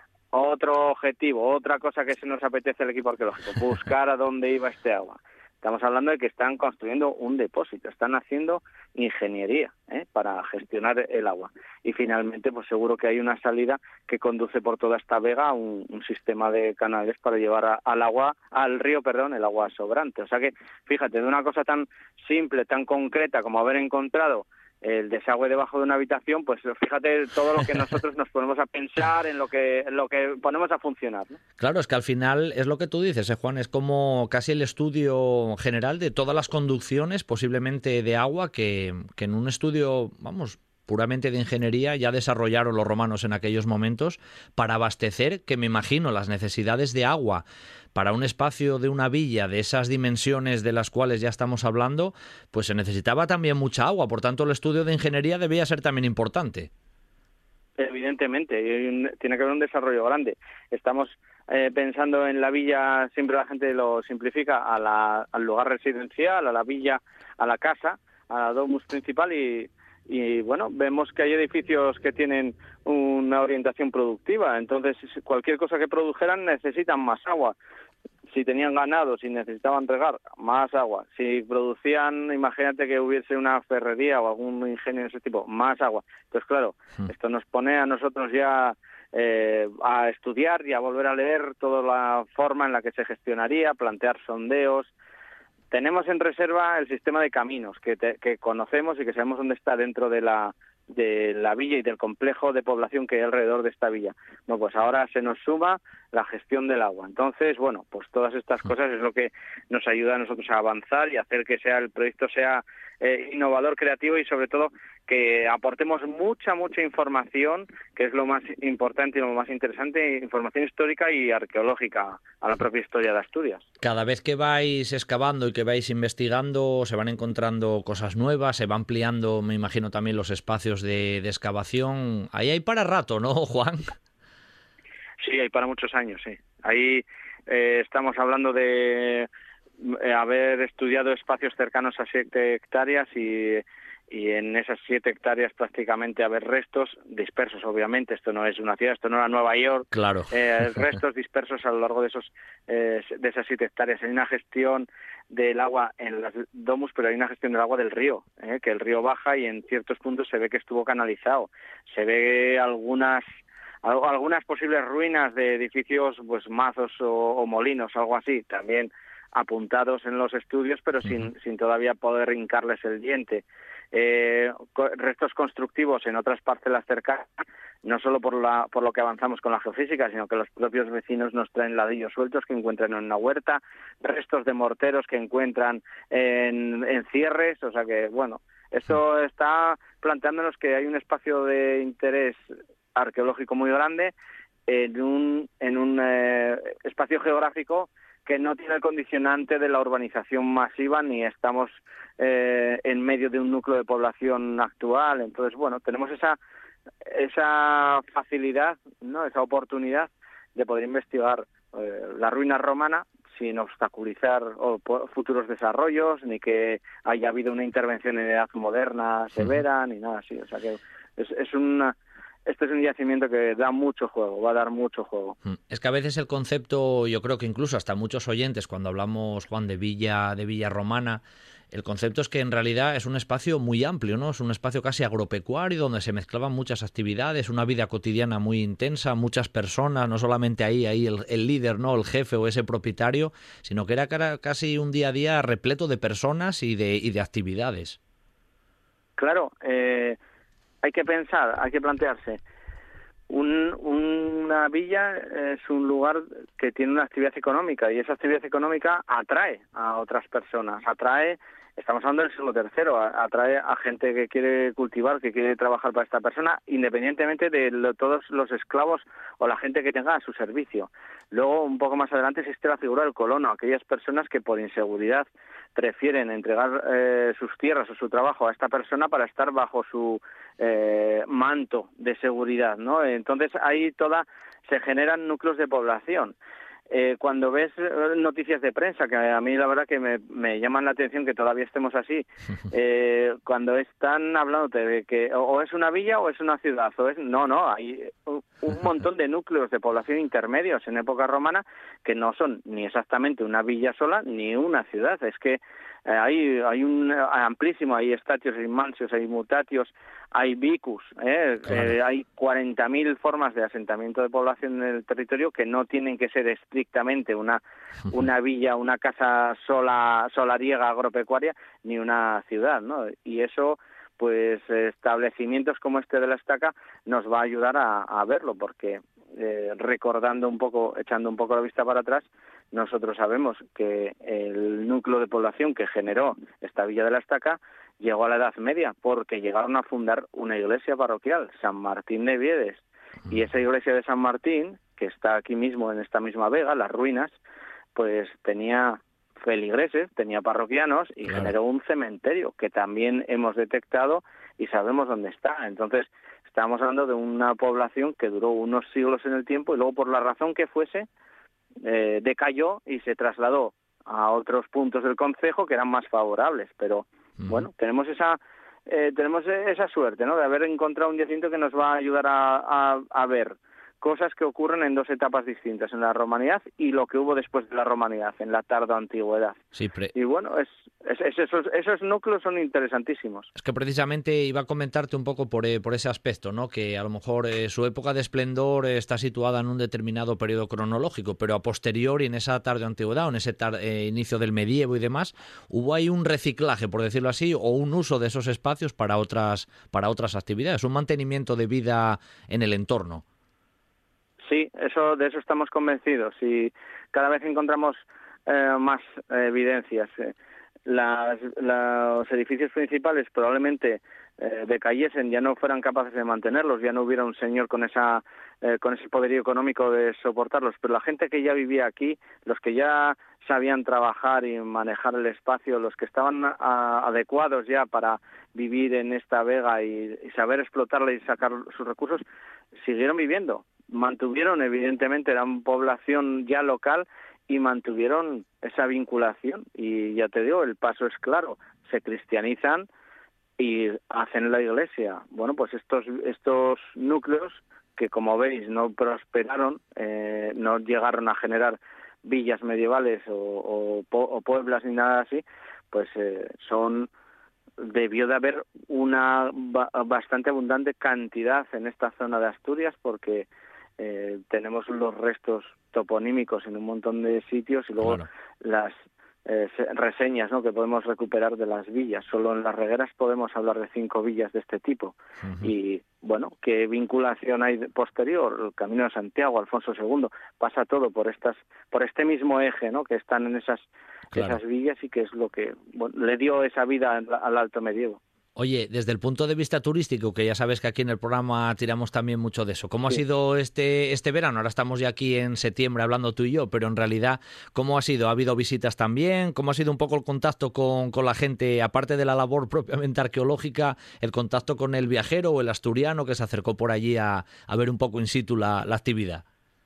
otro objetivo, otra cosa que se nos apetece al equipo arqueológico, buscar a dónde iba este agua. Estamos hablando de que están construyendo un depósito, están haciendo ingeniería ¿eh? para gestionar el agua. Y finalmente, pues seguro que hay una salida que conduce por toda esta vega a un, un sistema de canales para llevar a, al agua, al río, perdón, el agua sobrante. O sea que, fíjate, de una cosa tan simple, tan concreta como haber encontrado el desagüe debajo de una habitación, pues fíjate todo lo que nosotros nos ponemos a pensar, en lo que en lo que ponemos a funcionar, ¿no? Claro, es que al final es lo que tú dices, ¿eh, Juan? Es como casi el estudio general de todas las conducciones, posiblemente de agua, que, que en un estudio, vamos, puramente de ingeniería ya desarrollaron los romanos en aquellos momentos para abastecer, que me imagino, las necesidades de agua para un espacio de una villa de esas dimensiones de las cuales ya estamos hablando, pues se necesitaba también mucha agua. Por tanto, el estudio de ingeniería debía ser también importante. Evidentemente, tiene que haber un desarrollo grande. Estamos eh, pensando en la villa, siempre la gente lo simplifica, a la, al lugar residencial, a la villa, a la casa, a la domus principal y... Y bueno, vemos que hay edificios que tienen una orientación productiva, entonces cualquier cosa que produjeran necesitan más agua. Si tenían ganado, si necesitaban regar, más agua. Si producían, imagínate que hubiese una ferrería o algún ingenio de ese tipo, más agua. Entonces, claro, hmm. esto nos pone a nosotros ya eh, a estudiar y a volver a leer toda la forma en la que se gestionaría, plantear sondeos. Tenemos en reserva el sistema de caminos que, te, que conocemos y que sabemos dónde está dentro de la de la villa y del complejo de población que hay alrededor de esta villa. Bueno, pues ahora se nos suma la gestión del agua. Entonces, bueno, pues todas estas cosas es lo que nos ayuda a nosotros a avanzar y hacer que sea el proyecto sea eh, innovador, creativo y sobre todo que aportemos mucha, mucha información, que es lo más importante y lo más interesante, información histórica y arqueológica a la propia historia de Asturias. Cada vez que vais excavando y que vais investigando, se van encontrando cosas nuevas, se va ampliando, me imagino, también los espacios de, de excavación. Ahí hay para rato, ¿no, Juan? Sí, hay para muchos años, sí. Ahí eh, estamos hablando de eh, haber estudiado espacios cercanos a siete hectáreas y... y en esas siete hectáreas prácticamente haber restos dispersos, obviamente, esto no es una ciudad, esto no era Nueva York, claro. eh, restos dispersos a lo largo de esos eh, de esas siete hectáreas. Hay una gestión del agua en las domus, pero hay una gestión del agua del río, eh, que el río baja y en ciertos puntos se ve que estuvo canalizado, se ve algunas algunas posibles ruinas de edificios, pues mazos o, o molinos, algo así, también apuntados en los estudios, pero sin, uh-huh. sin todavía poder hincarles el diente. Eh, restos constructivos en otras parcelas cercanas, no solo por la por lo que avanzamos con la geofísica, sino que los propios vecinos nos traen ladrillos sueltos que encuentran en una huerta, restos de morteros que encuentran en, en cierres, o sea que, bueno, esto está planteándonos que hay un espacio de interés arqueológico muy grande en un, en un eh, espacio geográfico que no tiene el condicionante de la urbanización masiva ni estamos eh, en medio de un núcleo de población actual. Entonces, bueno, tenemos esa esa facilidad, ¿no? Esa oportunidad de poder investigar eh, la ruina romana sin obstaculizar o, futuros desarrollos, ni que haya habido una intervención en edad moderna severa, ni nada así. O sea que es, es una... Este es un yacimiento que da mucho juego, va a dar mucho juego. Es que a veces el concepto, yo creo que incluso hasta muchos oyentes, cuando hablamos, Juan, de villa, de villa romana, el concepto es que en realidad es un espacio muy amplio, ¿no? Es un espacio casi agropecuario donde se mezclaban muchas actividades, una vida cotidiana muy intensa, muchas personas, no solamente ahí, ahí el, el líder, ¿no? El jefe o ese propietario, sino que era casi un día a día repleto de personas y de, y de actividades. Claro, eh... hay que pensar, hay que plantearse. Un, una villa es un lugar que tiene una actividad económica y esa actividad económica atrae a otras personas, atrae, estamos hablando del siglo tercero, atrae a gente que quiere cultivar, que quiere trabajar para esta persona, independientemente de lo, todos los esclavos o la gente que tenga a su servicio. Luego, un poco más adelante, existe la figura del colono, aquellas personas que por inseguridad prefieren entregar eh, sus tierras o su trabajo a esta persona para estar bajo su eh, manto de seguridad, ¿no? Entonces ahí toda se generan núcleos de población. Eh, cuando ves noticias de prensa, que a mí la verdad que me, me llaman la atención que todavía estemos así, eh, cuando están hablando de que o es una villa o es una ciudad, o es no, no, hay un montón de núcleos de población intermedios en época romana que no son ni exactamente una villa sola ni una ciudad, es que eh, hay hay un amplísimo, hay statios, hay mansios, hay mutatios, hay vicus, ¿eh? Claro. Eh, hay cuarenta mil formas de asentamiento de población en el territorio que no tienen que ser estrictamente una una villa, una casa sola solariega agropecuaria ni una ciudad, ¿no? Y eso, pues establecimientos como este de la Estaca nos va a ayudar a, a verlo, porque eh, recordando un poco, echando un poco la vista para atrás, nosotros sabemos que el núcleo de población que generó esta villa de la Estaca llegó a la Edad Media porque llegaron a fundar una iglesia parroquial, San Martín de Viedes, y esa iglesia de San Martín, que está aquí mismo en esta misma vega, las ruinas, pues tenía feligreses, tenía parroquianos y claro. generó un cementerio que también hemos detectado y sabemos dónde está. Entonces, estamos hablando de una población que duró unos siglos en el tiempo y luego, por la razón que fuese, eh, decayó y se trasladó a otros puntos del concejo que eran más favorables. Pero, uh-huh. bueno, tenemos esa eh, tenemos esa suerte, ¿no?, de haber encontrado un yacimiento que nos va a ayudar a, a, a ver cosas que ocurren en dos etapas distintas, en la romanidad y lo que hubo después de la romanidad, en la tardoantigüedad. Sí, pre- y bueno, es, es, es, esos, esos núcleos son interesantísimos. Es que precisamente iba a comentarte un poco por, eh, por ese aspecto, ¿no? Que a lo mejor eh, su época de esplendor eh, está situada en un determinado periodo cronológico, pero a posteriori, en esa tardoantigüedad o en ese tar- eh, inicio del medievo y demás, hubo ahí un reciclaje, por decirlo así, o un uso de esos espacios para otras, para otras actividades, un mantenimiento de vida en el entorno. Sí, eso, de eso estamos convencidos y cada vez encontramos eh, más eh, evidencias. Eh, las, los edificios principales probablemente eh, decayesen, ya no fueran capaces de mantenerlos, ya no hubiera un señor con esa eh, con ese poderío económico de soportarlos, pero la gente que ya vivía aquí, los que ya sabían trabajar y manejar el espacio, los que estaban a, adecuados ya para vivir en esta vega y, y saber explotarla y sacar sus recursos, siguieron viviendo. Mantuvieron, evidentemente, eran población ya local y mantuvieron esa vinculación. Y ya te digo, el paso es claro, se cristianizan y hacen la iglesia. Bueno, pues estos estos núcleos que, como veis, no prosperaron, eh, no llegaron a generar villas medievales o, o, o pueblas ni nada así, pues eh, son... debió de haber una ba- bastante abundante cantidad en esta zona de Asturias porque eh, tenemos los restos toponímicos en un montón de sitios y luego claro. las eh, reseñas, ¿no?, que podemos recuperar de las villas. Solo en las Regueras podemos hablar de cinco villas de este tipo. Uh-huh. Y, bueno, ¿qué vinculación hay posterior? El Camino de Santiago, Alfonso segundo, pasa todo por estas por este mismo eje, ¿no?, que están en esas Claro. esas villas y que es lo que bueno, le dio esa vida al Alto Medievo. Oye, desde el punto de vista turístico, que ya sabes que aquí en el programa tiramos también mucho de eso, ¿cómo sí. ha sido este este verano? Ahora estamos ya aquí en septiembre hablando tú y yo, pero en realidad, ¿cómo ha sido? ¿Ha habido visitas también? ¿Cómo ha sido un poco el contacto con, con la gente, aparte de la labor propiamente arqueológica, el contacto con el viajero o el asturiano que se acercó por allí a, a ver un poco in situ la, la actividad?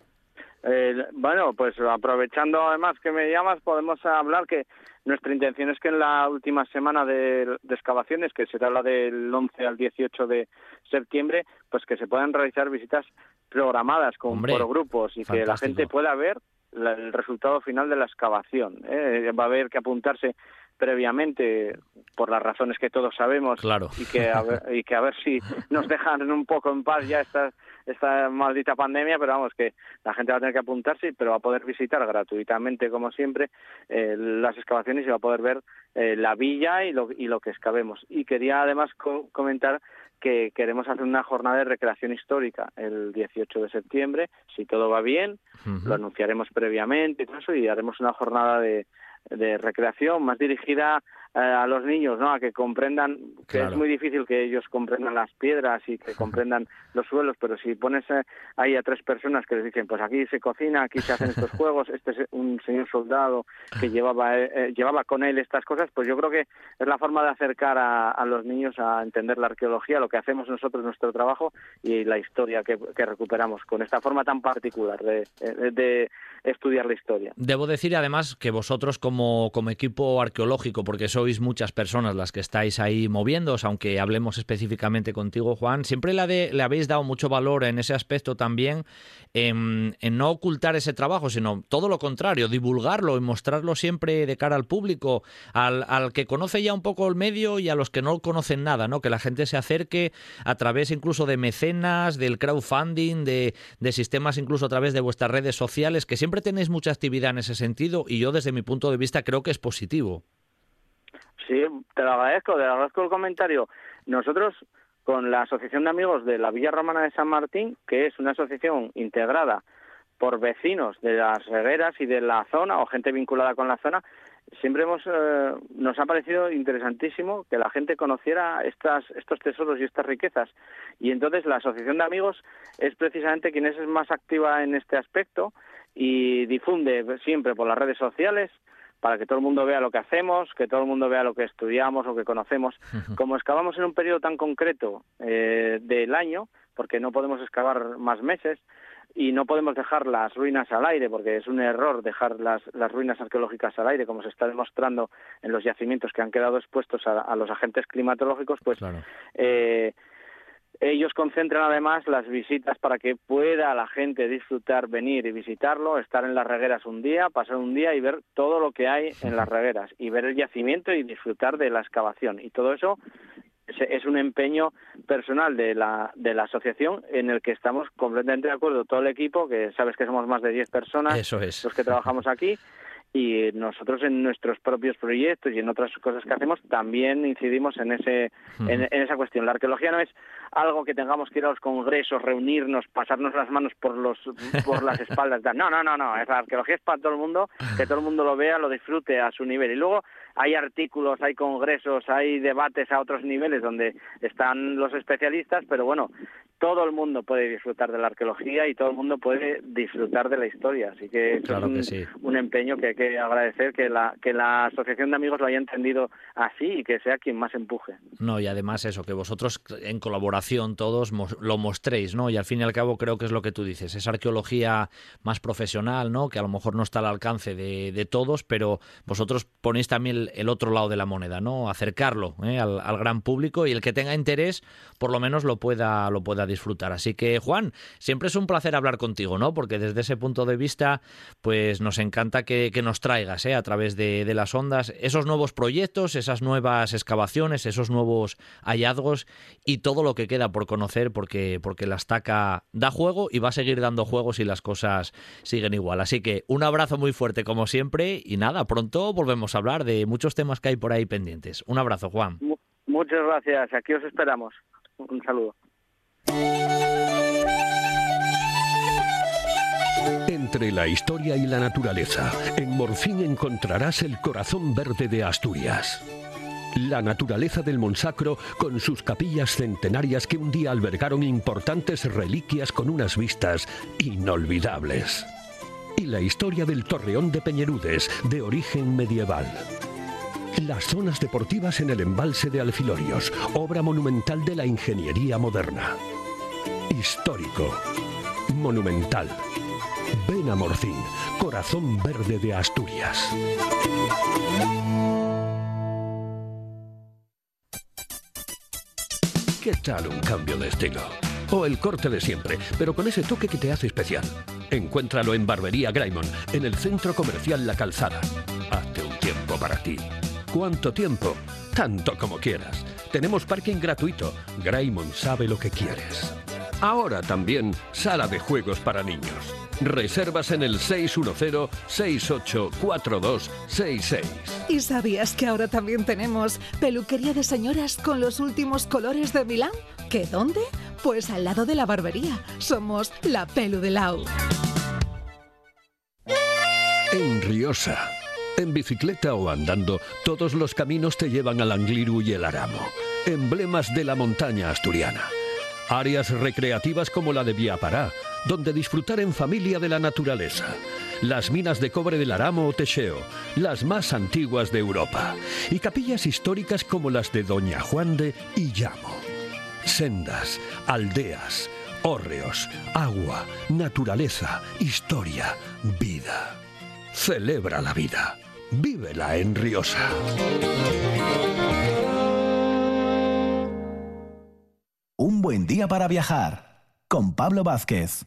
Eh, bueno, pues aprovechando además que me llamas, podemos hablar que nuestra intención es que en la última semana de, de excavaciones, que será la del once al dieciocho de septiembre, pues que se puedan realizar visitas programadas con, Hombre, por grupos y fantástico. Que la gente pueda ver la, el resultado final de la excavación. ¿eh? Va a haber que apuntarse previamente por las razones que todos sabemos claro. y que a ver, y que a ver si nos dejan un poco en paz ya estas esta maldita pandemia, pero vamos, que la gente va a tener que apuntarse, pero va a poder visitar gratuitamente, como siempre, eh, las excavaciones y va a poder ver eh, la villa y lo, y lo que excavemos. Y quería además co- comentar que queremos hacer una jornada de recreación histórica el dieciocho de septiembre, si todo va bien, uh-huh. lo anunciaremos previamente y todo eso, y haremos una jornada de de recreación más dirigida eh, a los niños, ¿no? A que comprendan que Claro. es muy difícil que ellos comprendan las piedras y que comprendan los suelos, pero si pones eh, ahí a tres personas que les dicen, pues aquí se cocina, aquí se hacen estos juegos, este es un señor soldado que llevaba eh, eh, llevaba con él estas cosas, pues yo creo que es la forma de acercar a, a los niños a entender la arqueología, lo que hacemos nosotros, nuestro trabajo y la historia que, que recuperamos con esta forma tan particular de, de, de estudiar la historia. Debo decir además que vosotros como, como equipo arqueológico, porque sois muchas personas las que estáis ahí moviéndoos, aunque hablemos específicamente contigo, Juan, siempre le, de, le habéis dado mucho valor en ese aspecto también, en, en no ocultar ese trabajo, sino todo lo contrario, divulgarlo y mostrarlo siempre de cara al público, al, al que conoce ya un poco el medio y a los que no conocen nada, ¿no? Que la gente se acerque a través incluso de mecenas, del crowdfunding, de, de sistemas incluso a través de vuestras redes sociales, que siempre tenéis mucha actividad en ese sentido y yo desde mi punto de vista creo que es positivo. Sí, te lo agradezco, te agradezco el comentario. Nosotros, con la Asociación de Amigos de la Villa Romana de San Martín, que es una asociación integrada por vecinos de las regueras y de la zona, o gente vinculada con la zona, siempre hemos eh, nos ha parecido interesantísimo que la gente conociera estas, estos tesoros y estas riquezas. Y entonces la Asociación de Amigos es precisamente quien es más activa en este aspecto y difunde siempre por las redes sociales para que todo el mundo vea lo que hacemos, que todo el mundo vea lo que estudiamos o que conocemos. Uh-huh. Como excavamos en un periodo tan concreto eh, del año, porque no podemos excavar más meses, y no podemos dejar las ruinas al aire, porque es un error dejar las, las ruinas arqueológicas al aire, como se está demostrando en los yacimientos que han quedado expuestos a, a los agentes climatológicos, pues claro. eh, ellos concentran además las visitas para que pueda la gente disfrutar, venir y visitarlo, estar en las regueras un día, pasar un día y ver todo lo que hay en las regueras, y ver el yacimiento y disfrutar de la excavación. Y todo eso es un empeño personal de la de la asociación en el que estamos completamente de acuerdo todo el equipo, que sabes que somos más de diez personas. Eso es. Los que trabajamos aquí, y nosotros en nuestros propios proyectos y en otras cosas que hacemos también incidimos en ese uh-huh. en, en esa cuestión. La arqueología no es algo que tengamos que ir a los congresos, reunirnos, pasarnos las manos por los por las espaldas. No, no, no, no. La arqueología es para todo el mundo, que todo el mundo lo vea, lo disfrute a su nivel. Y luego hay artículos, hay congresos, hay debates a otros niveles donde están los especialistas, pero bueno, todo el mundo puede disfrutar de la arqueología y todo el mundo puede disfrutar de la historia. Así que eso claro es un, que sí. un empeño que hay que agradecer que la que la Asociación de Amigos lo haya entendido así y que sea quien más empuje. No, y además eso, que vosotros en colaboración todos lo mostréis, ¿no? Y al fin y al cabo creo que es lo que tú dices, esa arqueología más profesional, ¿no? Que a lo mejor no está al alcance de, de todos, pero vosotros ponéis también el, el otro lado de la moneda, ¿no? Acercarlo ¿eh? al, al gran público, y el que tenga interés por lo menos lo pueda, lo pueda disfrutar. Así que, Juan, siempre es un placer hablar contigo, ¿no? Porque desde ese punto de vista pues nos encanta que, que nos traigas ¿eh? a través de, de las ondas esos nuevos proyectos, esas nuevas excavaciones, esos nuevos hallazgos y todo lo que queda por conocer, porque, porque la estaca da juego y va a seguir dando juego si las cosas siguen igual. Así que un abrazo muy fuerte como siempre y nada, pronto volvemos a hablar de muchos temas que hay por ahí pendientes. Un abrazo, Juan. Muchas gracias, aquí os esperamos. Un saludo. Entre la historia y la naturaleza, en Morcín encontrarás el corazón verde de Asturias. La naturaleza del Monsacro, con sus capillas centenarias que un día albergaron importantes reliquias con unas vistas inolvidables. Y la historia del Torreón de Peñerudes, de origen medieval. Las zonas deportivas en el embalse de Alfilorios, obra monumental de la ingeniería moderna. Histórico, monumental. Ven a Morcín, corazón verde de Asturias. ¿Qué tal un cambio de estilo? O el corte de siempre, pero con ese toque que te hace especial. Encuéntralo en Barbería Graymon, en el Centro Comercial La Calzada. Hazte un tiempo para ti. ¿Cuánto tiempo? Tanto como quieras. Tenemos parking gratuito. Graymon sabe lo que quieres. Ahora también sala de juegos para niños. Reservas en el seis uno cero, seis ocho cuatro dos seis seis. ¿Y sabías que ahora también tenemos peluquería de señoras con los últimos colores de Milán? ¿Qué dónde? Pues al lado de la barbería. Somos la Pelu de Lau. En Riosa, En bicicleta o andando, todos los caminos te llevan al Angliru y el Aramo, emblemas de la montaña asturiana. Áreas recreativas como la de Viapará, donde disfrutar en familia de la naturaleza. Las minas de cobre del Aramo o Texeo, las más antiguas de Europa. Y capillas históricas como las de Doña Juan de y Llamo. Sendas, aldeas, hórreos, agua, naturaleza, historia, vida. Celebra la vida. Vívela en Riosa. Un buen día para viajar con Pablo Vázquez.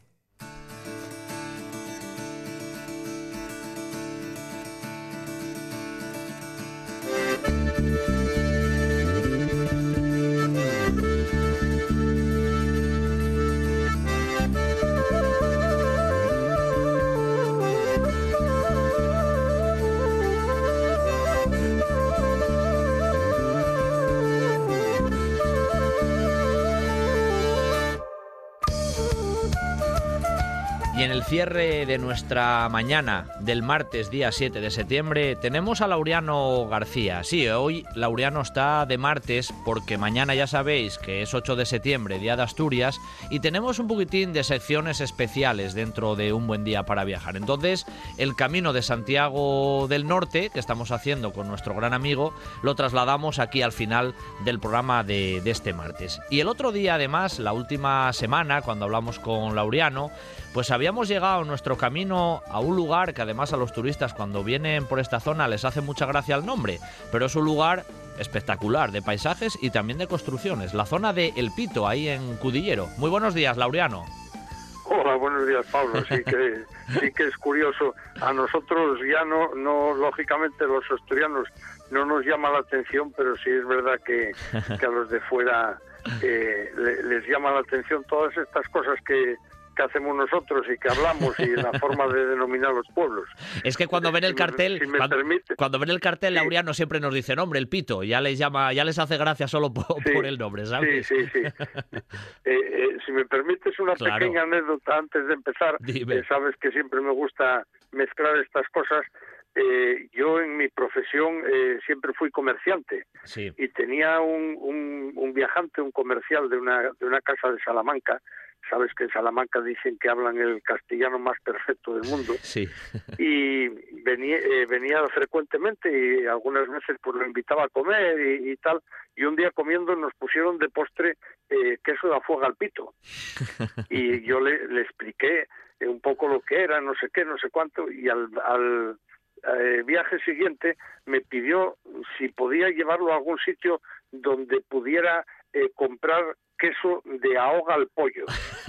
Y en el cierre de nuestra mañana del martes, día siete de septiembre, tenemos a Laureano García. Sí, hoy Laureano está de martes porque mañana ya sabéis que es ocho de septiembre, Día de Asturias, y tenemos un poquitín de secciones especiales dentro de Un Buen Día para Viajar. Entonces, el Camino de Santiago del Norte, que estamos haciendo con nuestro gran amigo, lo trasladamos aquí al final del programa de, de este martes. Y el otro día, además, la última semana, cuando hablamos con Laureano, pues habíamos llegado en nuestro camino a un lugar que además a los turistas cuando vienen por esta zona les hace mucha gracia el nombre, pero es un lugar espectacular de paisajes y también de construcciones, la zona de El Pito, ahí en Cudillero. Muy buenos días, Laureano. Hola, buenos días, Pablo. Sí que sí que es curioso. A nosotros ya no, no lógicamente los asturianos no nos llama la atención, pero sí es verdad que, que a los de fuera eh, le, les llama la atención todas estas cosas que que hacemos nosotros y que hablamos y la forma de denominar los pueblos. Es que cuando ven el cartel, si me, si me cuando, permite, cuando ven el cartel, sí. Laureano siempre nos dice nombre, El Pito, ya les llama, ya les hace gracia solo por, sí, por el nombre, ¿sabes? Sí, sí, sí. eh, eh, si me permites una claro. pequeña anécdota antes de empezar, eh, sabes que siempre me gusta mezclar estas cosas. Eh, yo en mi profesión eh, siempre fui comerciante sí. y tenía un, un, un viajante, un comercial de una, de una casa de Salamanca. Sabes que en Salamanca dicen que hablan el castellano más perfecto del mundo. Sí. Y venía, eh, venía frecuentemente y algunas veces pues lo invitaba a comer y, y tal. Y un día comiendo nos pusieron de postre eh, queso de afuega al pito. Y yo le, le expliqué eh, un poco lo que era, no sé qué, no sé cuánto. Y al, al eh, viaje siguiente me pidió si podía llevarlo a algún sitio donde pudiera eh, comprar queso de ahoga al pollo.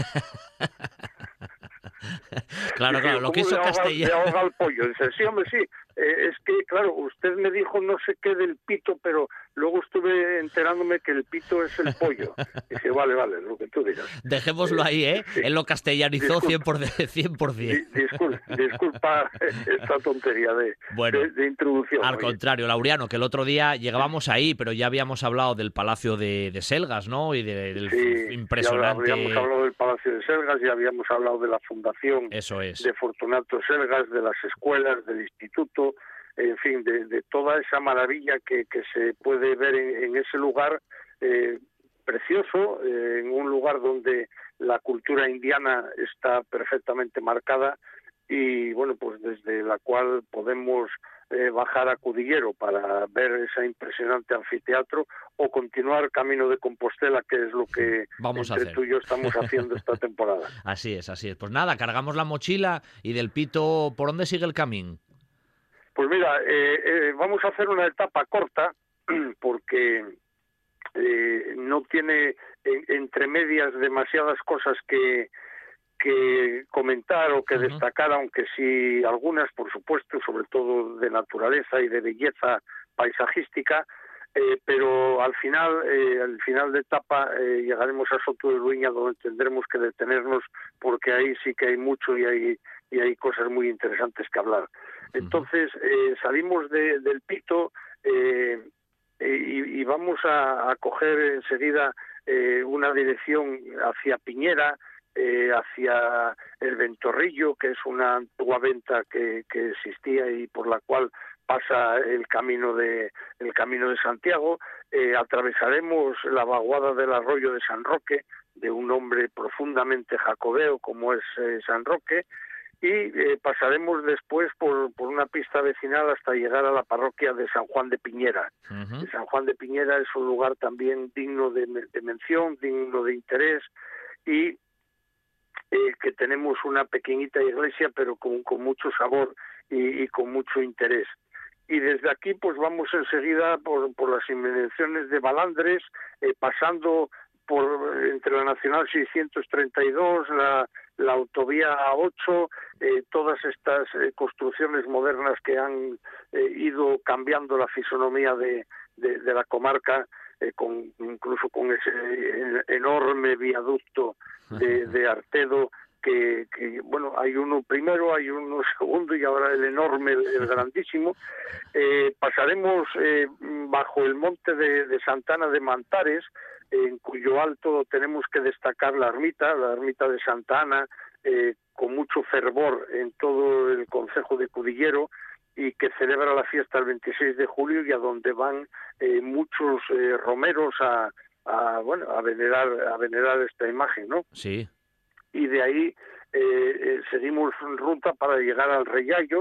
Claro, claro, lo que hizo castellano. De ahoga al pollo. Dice, sí, hombre, sí. Eh, es que, claro, usted me dijo no sé qué del pito, pero luego estuve enterándome que el pito es el pollo. Dice, vale, vale, lo que tú digas. Dejémoslo ahí, ¿eh? Sí. Él lo castellanizó cien por ciento. Disculpa, disculpa esta tontería de, bueno, de, de introducción. Al oye. contrario, Laureano, que el otro día llegábamos ahí, pero ya habíamos hablado del Palacio de, de Selgas, ¿no? Y de, del sí, impresionante... ya habíamos hablado del Palacio de Selgas, ya habíamos hablado de la fundación Eso es. de Fortunato Selgas, de las escuelas, del instituto, en fin, de, de toda esa maravilla que, que se puede ver en, en ese lugar eh, precioso, eh, en un lugar donde la cultura indiana está perfectamente marcada y, bueno, pues desde la cual podemos eh, bajar a Cudillero para ver ese impresionante anfiteatro o continuar Camino de Compostela, que es lo que Vamos entre a hacer. tú y yo estamos haciendo esta temporada. Así es, así es. Pues nada, cargamos la mochila y del Pito, ¿por dónde sigue el camino? Pues mira, eh, eh, vamos a hacer una etapa corta porque eh, no tiene en, entre medias demasiadas cosas que, que comentar o que uh-huh. destacar, aunque sí algunas, por supuesto, sobre todo de naturaleza y de belleza paisajística, eh, pero al final, eh, al final de etapa eh, llegaremos a Soto de Luiña, donde tendremos que detenernos porque ahí sí que hay mucho y hay y hay cosas muy interesantes que hablar. Entonces eh, salimos de, del Pito eh, y, y vamos a, a coger enseguida eh, una dirección hacia Piñera, eh, hacia el Ventorrillo, que es una antigua venta que, que existía y por la cual pasa el camino de el camino de Santiago. Eh, atravesaremos la vaguada del arroyo de San Roque, de un hombre profundamente jacobeo como es eh, San Roque, y eh, pasaremos después por, por una pista vecinal hasta llegar a la parroquia de San Juan de Piñera. Uh-huh. San Juan de Piñera es un lugar también digno de, de mención, digno de interés, y eh, que tenemos una pequeñita iglesia, pero con, con mucho sabor y, y con mucho interés. Y desde aquí pues vamos enseguida por, por las inmediaciones de Balandres, eh, pasando por entre la Nacional seiscientos treinta y dos, la, la autovía A ocho, eh, todas estas eh, construcciones modernas que han eh, ido cambiando la fisonomía de, de, de la comarca, eh, con, incluso con ese enorme viaducto de, de Artedo, que, que, bueno, hay uno primero, hay uno segundo y ahora el enorme, el, el grandísimo. Eh, pasaremos eh, bajo el monte de, de Santana de Mantares, en cuyo alto tenemos que destacar la ermita, la ermita de Santa Ana, eh, con mucho fervor en todo el concejo de Cudillero, y que celebra la fiesta el veintiséis de julio y a donde van eh, muchos eh, romeros a, a bueno a venerar a venerar esta imagen, ¿no? Sí. Y de ahí eh, eh, seguimos ruta para llegar al Riallo.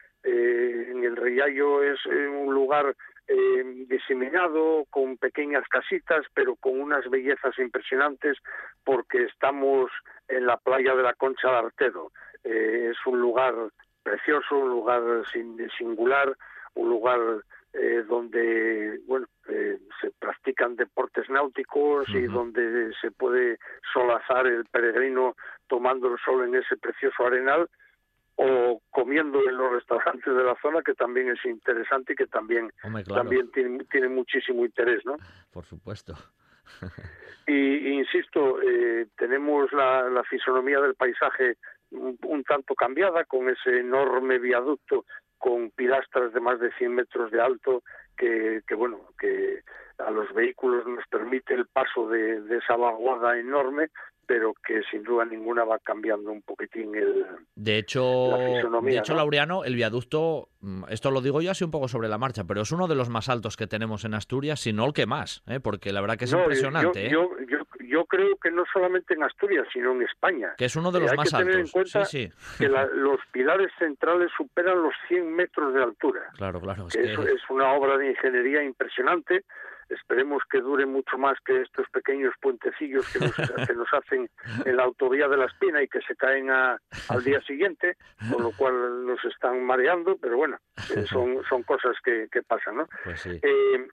Eh, en el Riallo es eh, un lugar eh, diseminado, con pequeñas casitas, pero con unas bellezas impresionantes, porque estamos en la playa de la Concha de Artedo. Eh, es un lugar precioso, un lugar sin, singular, un lugar eh, donde bueno eh, se practican deportes náuticos. Uh-huh. Y donde se puede solazar el peregrino tomando el sol en ese precioso arenal, o comiendo en los restaurantes de la zona, que también es interesante y que también Hombre, claro. también tiene, tiene muchísimo interés, ¿no? Por supuesto. y, y insisto, eh, tenemos la, la fisonomía del paisaje un, un tanto cambiada, con ese enorme viaducto con pilastras de más de cien metros de alto, que, que bueno, que a los vehículos nos permite el paso de, de esa vaguada enorme, pero que sin duda ninguna va cambiando un poquitín el de hecho la fisonomía, de hecho, ¿no? Laureano, el viaducto, esto lo digo yo así un poco sobre la marcha, pero es uno de los más altos que tenemos en Asturias, si no el que más, ¿eh? Porque la verdad que es no, impresionante. Yo, ¿eh? yo, yo, yo creo que no solamente en Asturias, sino en España. Que es uno de los eh, más altos. Hay que tener altos. en cuenta sí, sí. que la, los pilares centrales superan los cien metros de altura. Claro, claro. Es, que que... es, es una obra de ingeniería impresionante. Esperemos que dure mucho más que estos pequeños puentecillos que nos, que nos hacen en la autovía de la Espina y que se caen a, al día siguiente, con lo cual nos están mareando, pero bueno, eh, son, son cosas que, que pasan, ¿no? Pues sí. Eh,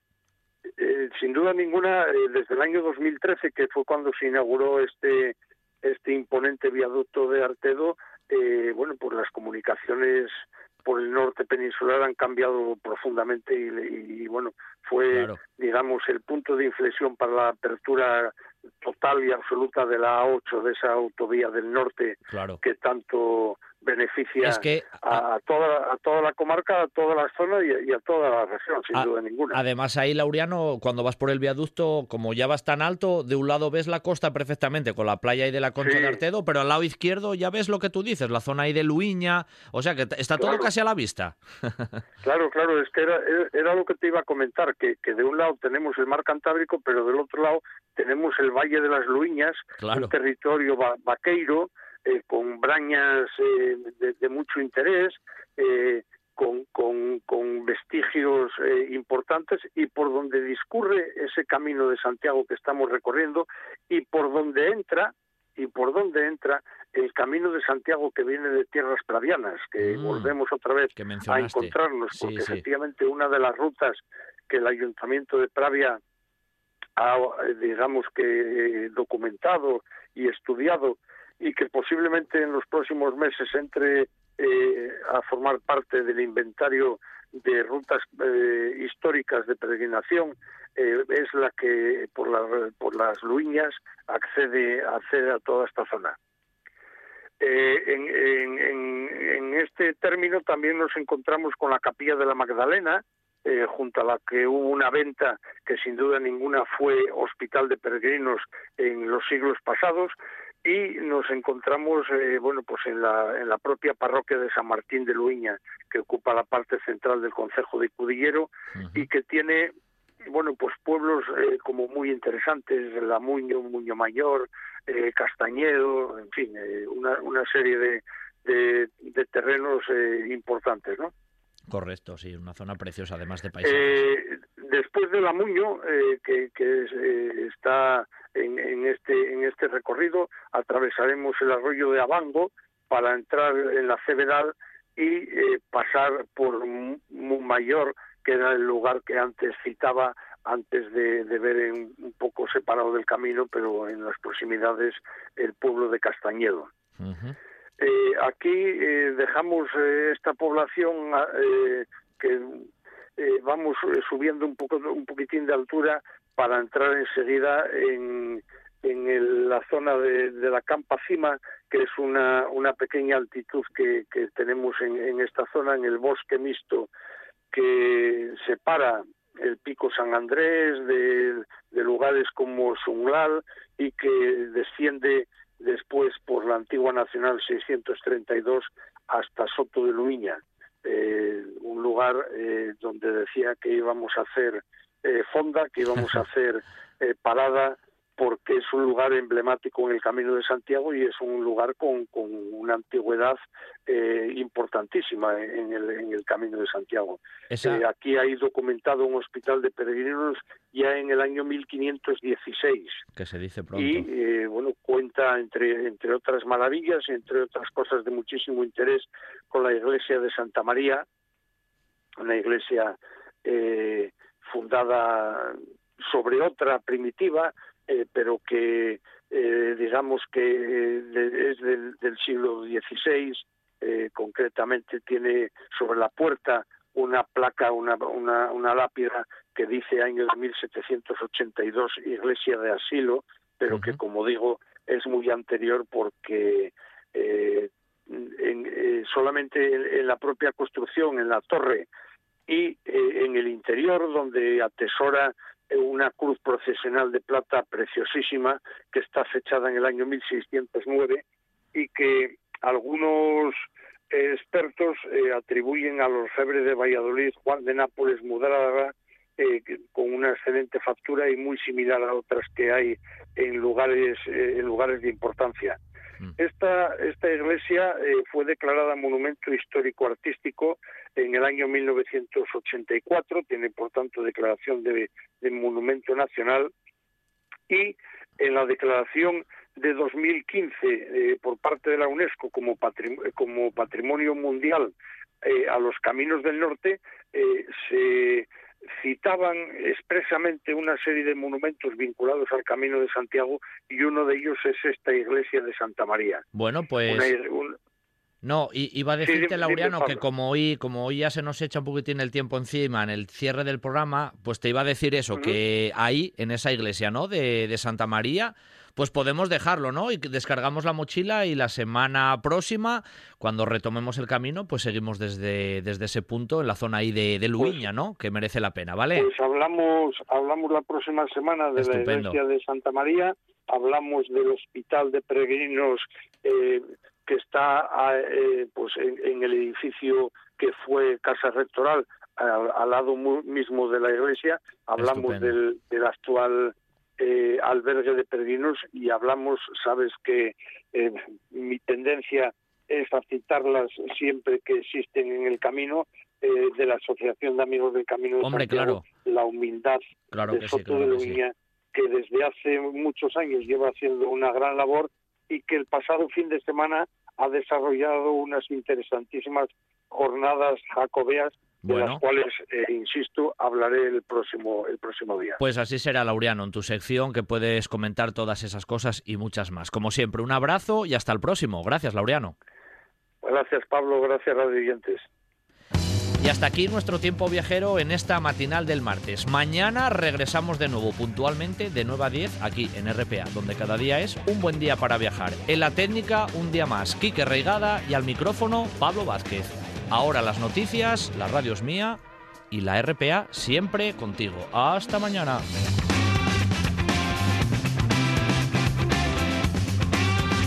eh, sin duda ninguna, eh, desde el año dos mil trece, que fue cuando se inauguró este, este imponente viaducto de Artedo, eh, bueno, pues las comunicaciones por el norte peninsular han cambiado profundamente y, y, y bueno, fue, claro, digamos, el punto de inflexión para la apertura total y absoluta de la A ocho, de esa autovía del norte, claro, que tanto beneficia es que, a, a toda a toda la comarca, a toda la zona y, y a toda la región, sin a, duda ninguna. Además, ahí, Laureano, cuando vas por el viaducto, como ya vas tan alto, de un lado ves la costa perfectamente, con la playa ahí de la Concha, sí, de Artedo, pero al lado izquierdo ya ves lo que tú dices, la zona ahí de Luiña, o sea que está claro, todo casi a la vista. Claro, claro, es que era, era lo que te iba a comentar, que, que de un lado tenemos el mar Cantábrico, pero del otro lado tenemos el Valle de las Luiñas, claro, un territorio va, vaqueiro, eh, con brañas eh, de, de mucho interés, eh, con, con, con vestigios eh, importantes, y por donde discurre ese camino de Santiago que estamos recorriendo, y por donde entra y por donde entra el camino de Santiago que viene de tierras pravianas, que mm, volvemos otra vez a encontrarnos, porque sí, efectivamente sí, una de las rutas que el Ayuntamiento de Pravia ha, digamos que, documentado y estudiado, y que posiblemente en los próximos meses entre eh, a formar parte del inventario de rutas eh, históricas de peregrinación, eh, es la que por, la, por las Luiñas accede, accede a toda esta zona. Eh, en, en, en, en este término también nos encontramos con la Capilla de la Magdalena, eh, junto a la que hubo una venta que sin duda ninguna fue hospital de peregrinos en los siglos pasados, y nos encontramos eh, bueno pues en la en la propia parroquia de San Martín de Luiña, que ocupa la parte central del concejo de Cudillero, uh-huh. y que tiene bueno pues pueblos eh, como muy interesantes, Lamuño, Muño Mayor, eh, Castañedo, en fin, eh, una una serie de de, de terrenos eh, importantes, ¿no? Correcto, sí, una zona preciosa, además de paisajes. Eh, después de Lamuño, eh, que, que es, eh, está en, en este en este recorrido, atravesaremos el arroyo de Abango para entrar en la Cebedal y eh, pasar por Montmayor, que era el lugar que antes citaba, antes de, de ver en, un poco separado del camino, pero en las proximidades, el pueblo de Castañedo. Uh-huh. Eh, aquí eh, dejamos eh, esta población eh, que eh, vamos subiendo un poco un poquitín de altura para entrar enseguida en, en el, la zona de, de la Campa Cima, que es una, una pequeña altitud que, que tenemos en, en esta zona, en el bosque mixto que separa el Pico San Andrés de, de lugares como Sunglal, y que desciende después por la antigua Nacional seiscientos treinta y dos hasta Soto de Luiña, eh, un lugar eh, donde decía que íbamos a hacer eh, fonda, que íbamos a hacer eh, parada, porque es un lugar emblemático en el Camino de Santiago y es un lugar con, con una antigüedad eh, importantísima en el, en el Camino de Santiago. Esa... Eh, aquí hay documentado un hospital de peregrinos ya en el año mil quinientos dieciséis. Que se dice pronto. Y, eh, bueno, cuenta, entre, entre otras maravillas, entre otras cosas de muchísimo interés, con la iglesia de Santa María, una iglesia eh, fundada sobre otra primitiva, Eh, pero que eh, digamos que eh, de, es del, del siglo dieciséis, eh, concretamente tiene sobre la puerta una placa, una, una, una lápida que dice año de mil setecientos ochenta y dos, iglesia de asilo, pero uh-huh. que, como digo, es muy anterior, porque eh, en, eh, solamente en, en la propia construcción, en la torre y eh, en el interior, donde atesora una cruz procesional de plata preciosísima que está fechada en el año mil seiscientos nueve y que algunos eh, expertos eh, atribuyen al orfebre de Valladolid, Juan de Nápoles Mudrada, eh, con una excelente factura y muy similar a otras que hay en lugares eh, en lugares de importancia. Esta, esta iglesia eh, fue declarada Monumento Histórico Artístico en el año mil novecientos ochenta y cuatro, tiene por tanto declaración de, de Monumento Nacional, y en la declaración de dos mil quince eh, por parte de la UNESCO como, patrim como Patrimonio Mundial eh, a los Caminos del Norte, eh, se citaban expresamente una serie de monumentos vinculados al Camino de Santiago, y uno de ellos es esta iglesia de Santa María. Bueno, pues... Una, un... No, y, iba a decirte, sí, Laureano, dime, que como hoy, como hoy ya se nos echa un poquitín el tiempo encima en el cierre del programa, pues te iba a decir eso, uh-huh. que ahí, en esa iglesia, ¿no?, de, de Santa María, pues podemos dejarlo, ¿no? Y descargamos la mochila y la semana próxima, cuando retomemos el camino, pues seguimos desde, desde ese punto, en la zona ahí de, de Luiña, ¿no?, que merece la pena, ¿vale? Pues hablamos, hablamos la próxima semana de Estupendo. La iglesia de Santa María, hablamos del hospital de peregrinos eh, que está eh, pues en, en el edificio que fue Casa Rectoral, al, al lado mismo de la iglesia, hablamos del, del actual eh, albergue de peregrinos, y hablamos, sabes que eh, mi tendencia es a citarlas siempre que existen en el camino, eh, de la Asociación de Amigos del Camino de Hombre, Santiago, claro. La Humildad claro de que Soto sí, claro de que Luiña, sí. que desde hace muchos años lleva haciendo una gran labor, y que el pasado fin de semana ha desarrollado unas interesantísimas jornadas jacobeas, de bueno. las cuales, eh, insisto, hablaré el próximo, el próximo día. Pues así será, Laureano, en tu sección, que puedes comentar todas esas cosas y muchas más. Como siempre, un abrazo y hasta el próximo. Gracias, Laureano. Gracias, Pablo. Gracias, radio oyentes. Y hasta aquí nuestro tiempo viajero en esta matinal del martes. Mañana regresamos de nuevo puntualmente de nueve a diez aquí en R P A, donde cada día es un buen día para viajar. En la técnica, un día más, Quique Reigada, y al micrófono, Pablo Vázquez. Ahora las noticias, la radio es mía y la R P A siempre contigo. Hasta mañana.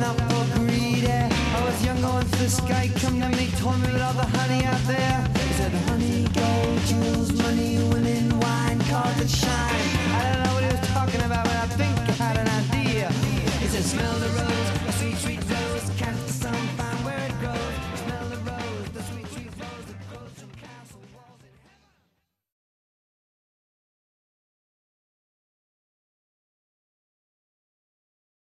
selling up for greed. I was young going for this guy come to me, told me about all the honey out there. He said honey, gold, jewels, money, women, wine, cars that shine. I don't know what he was talking about, but I think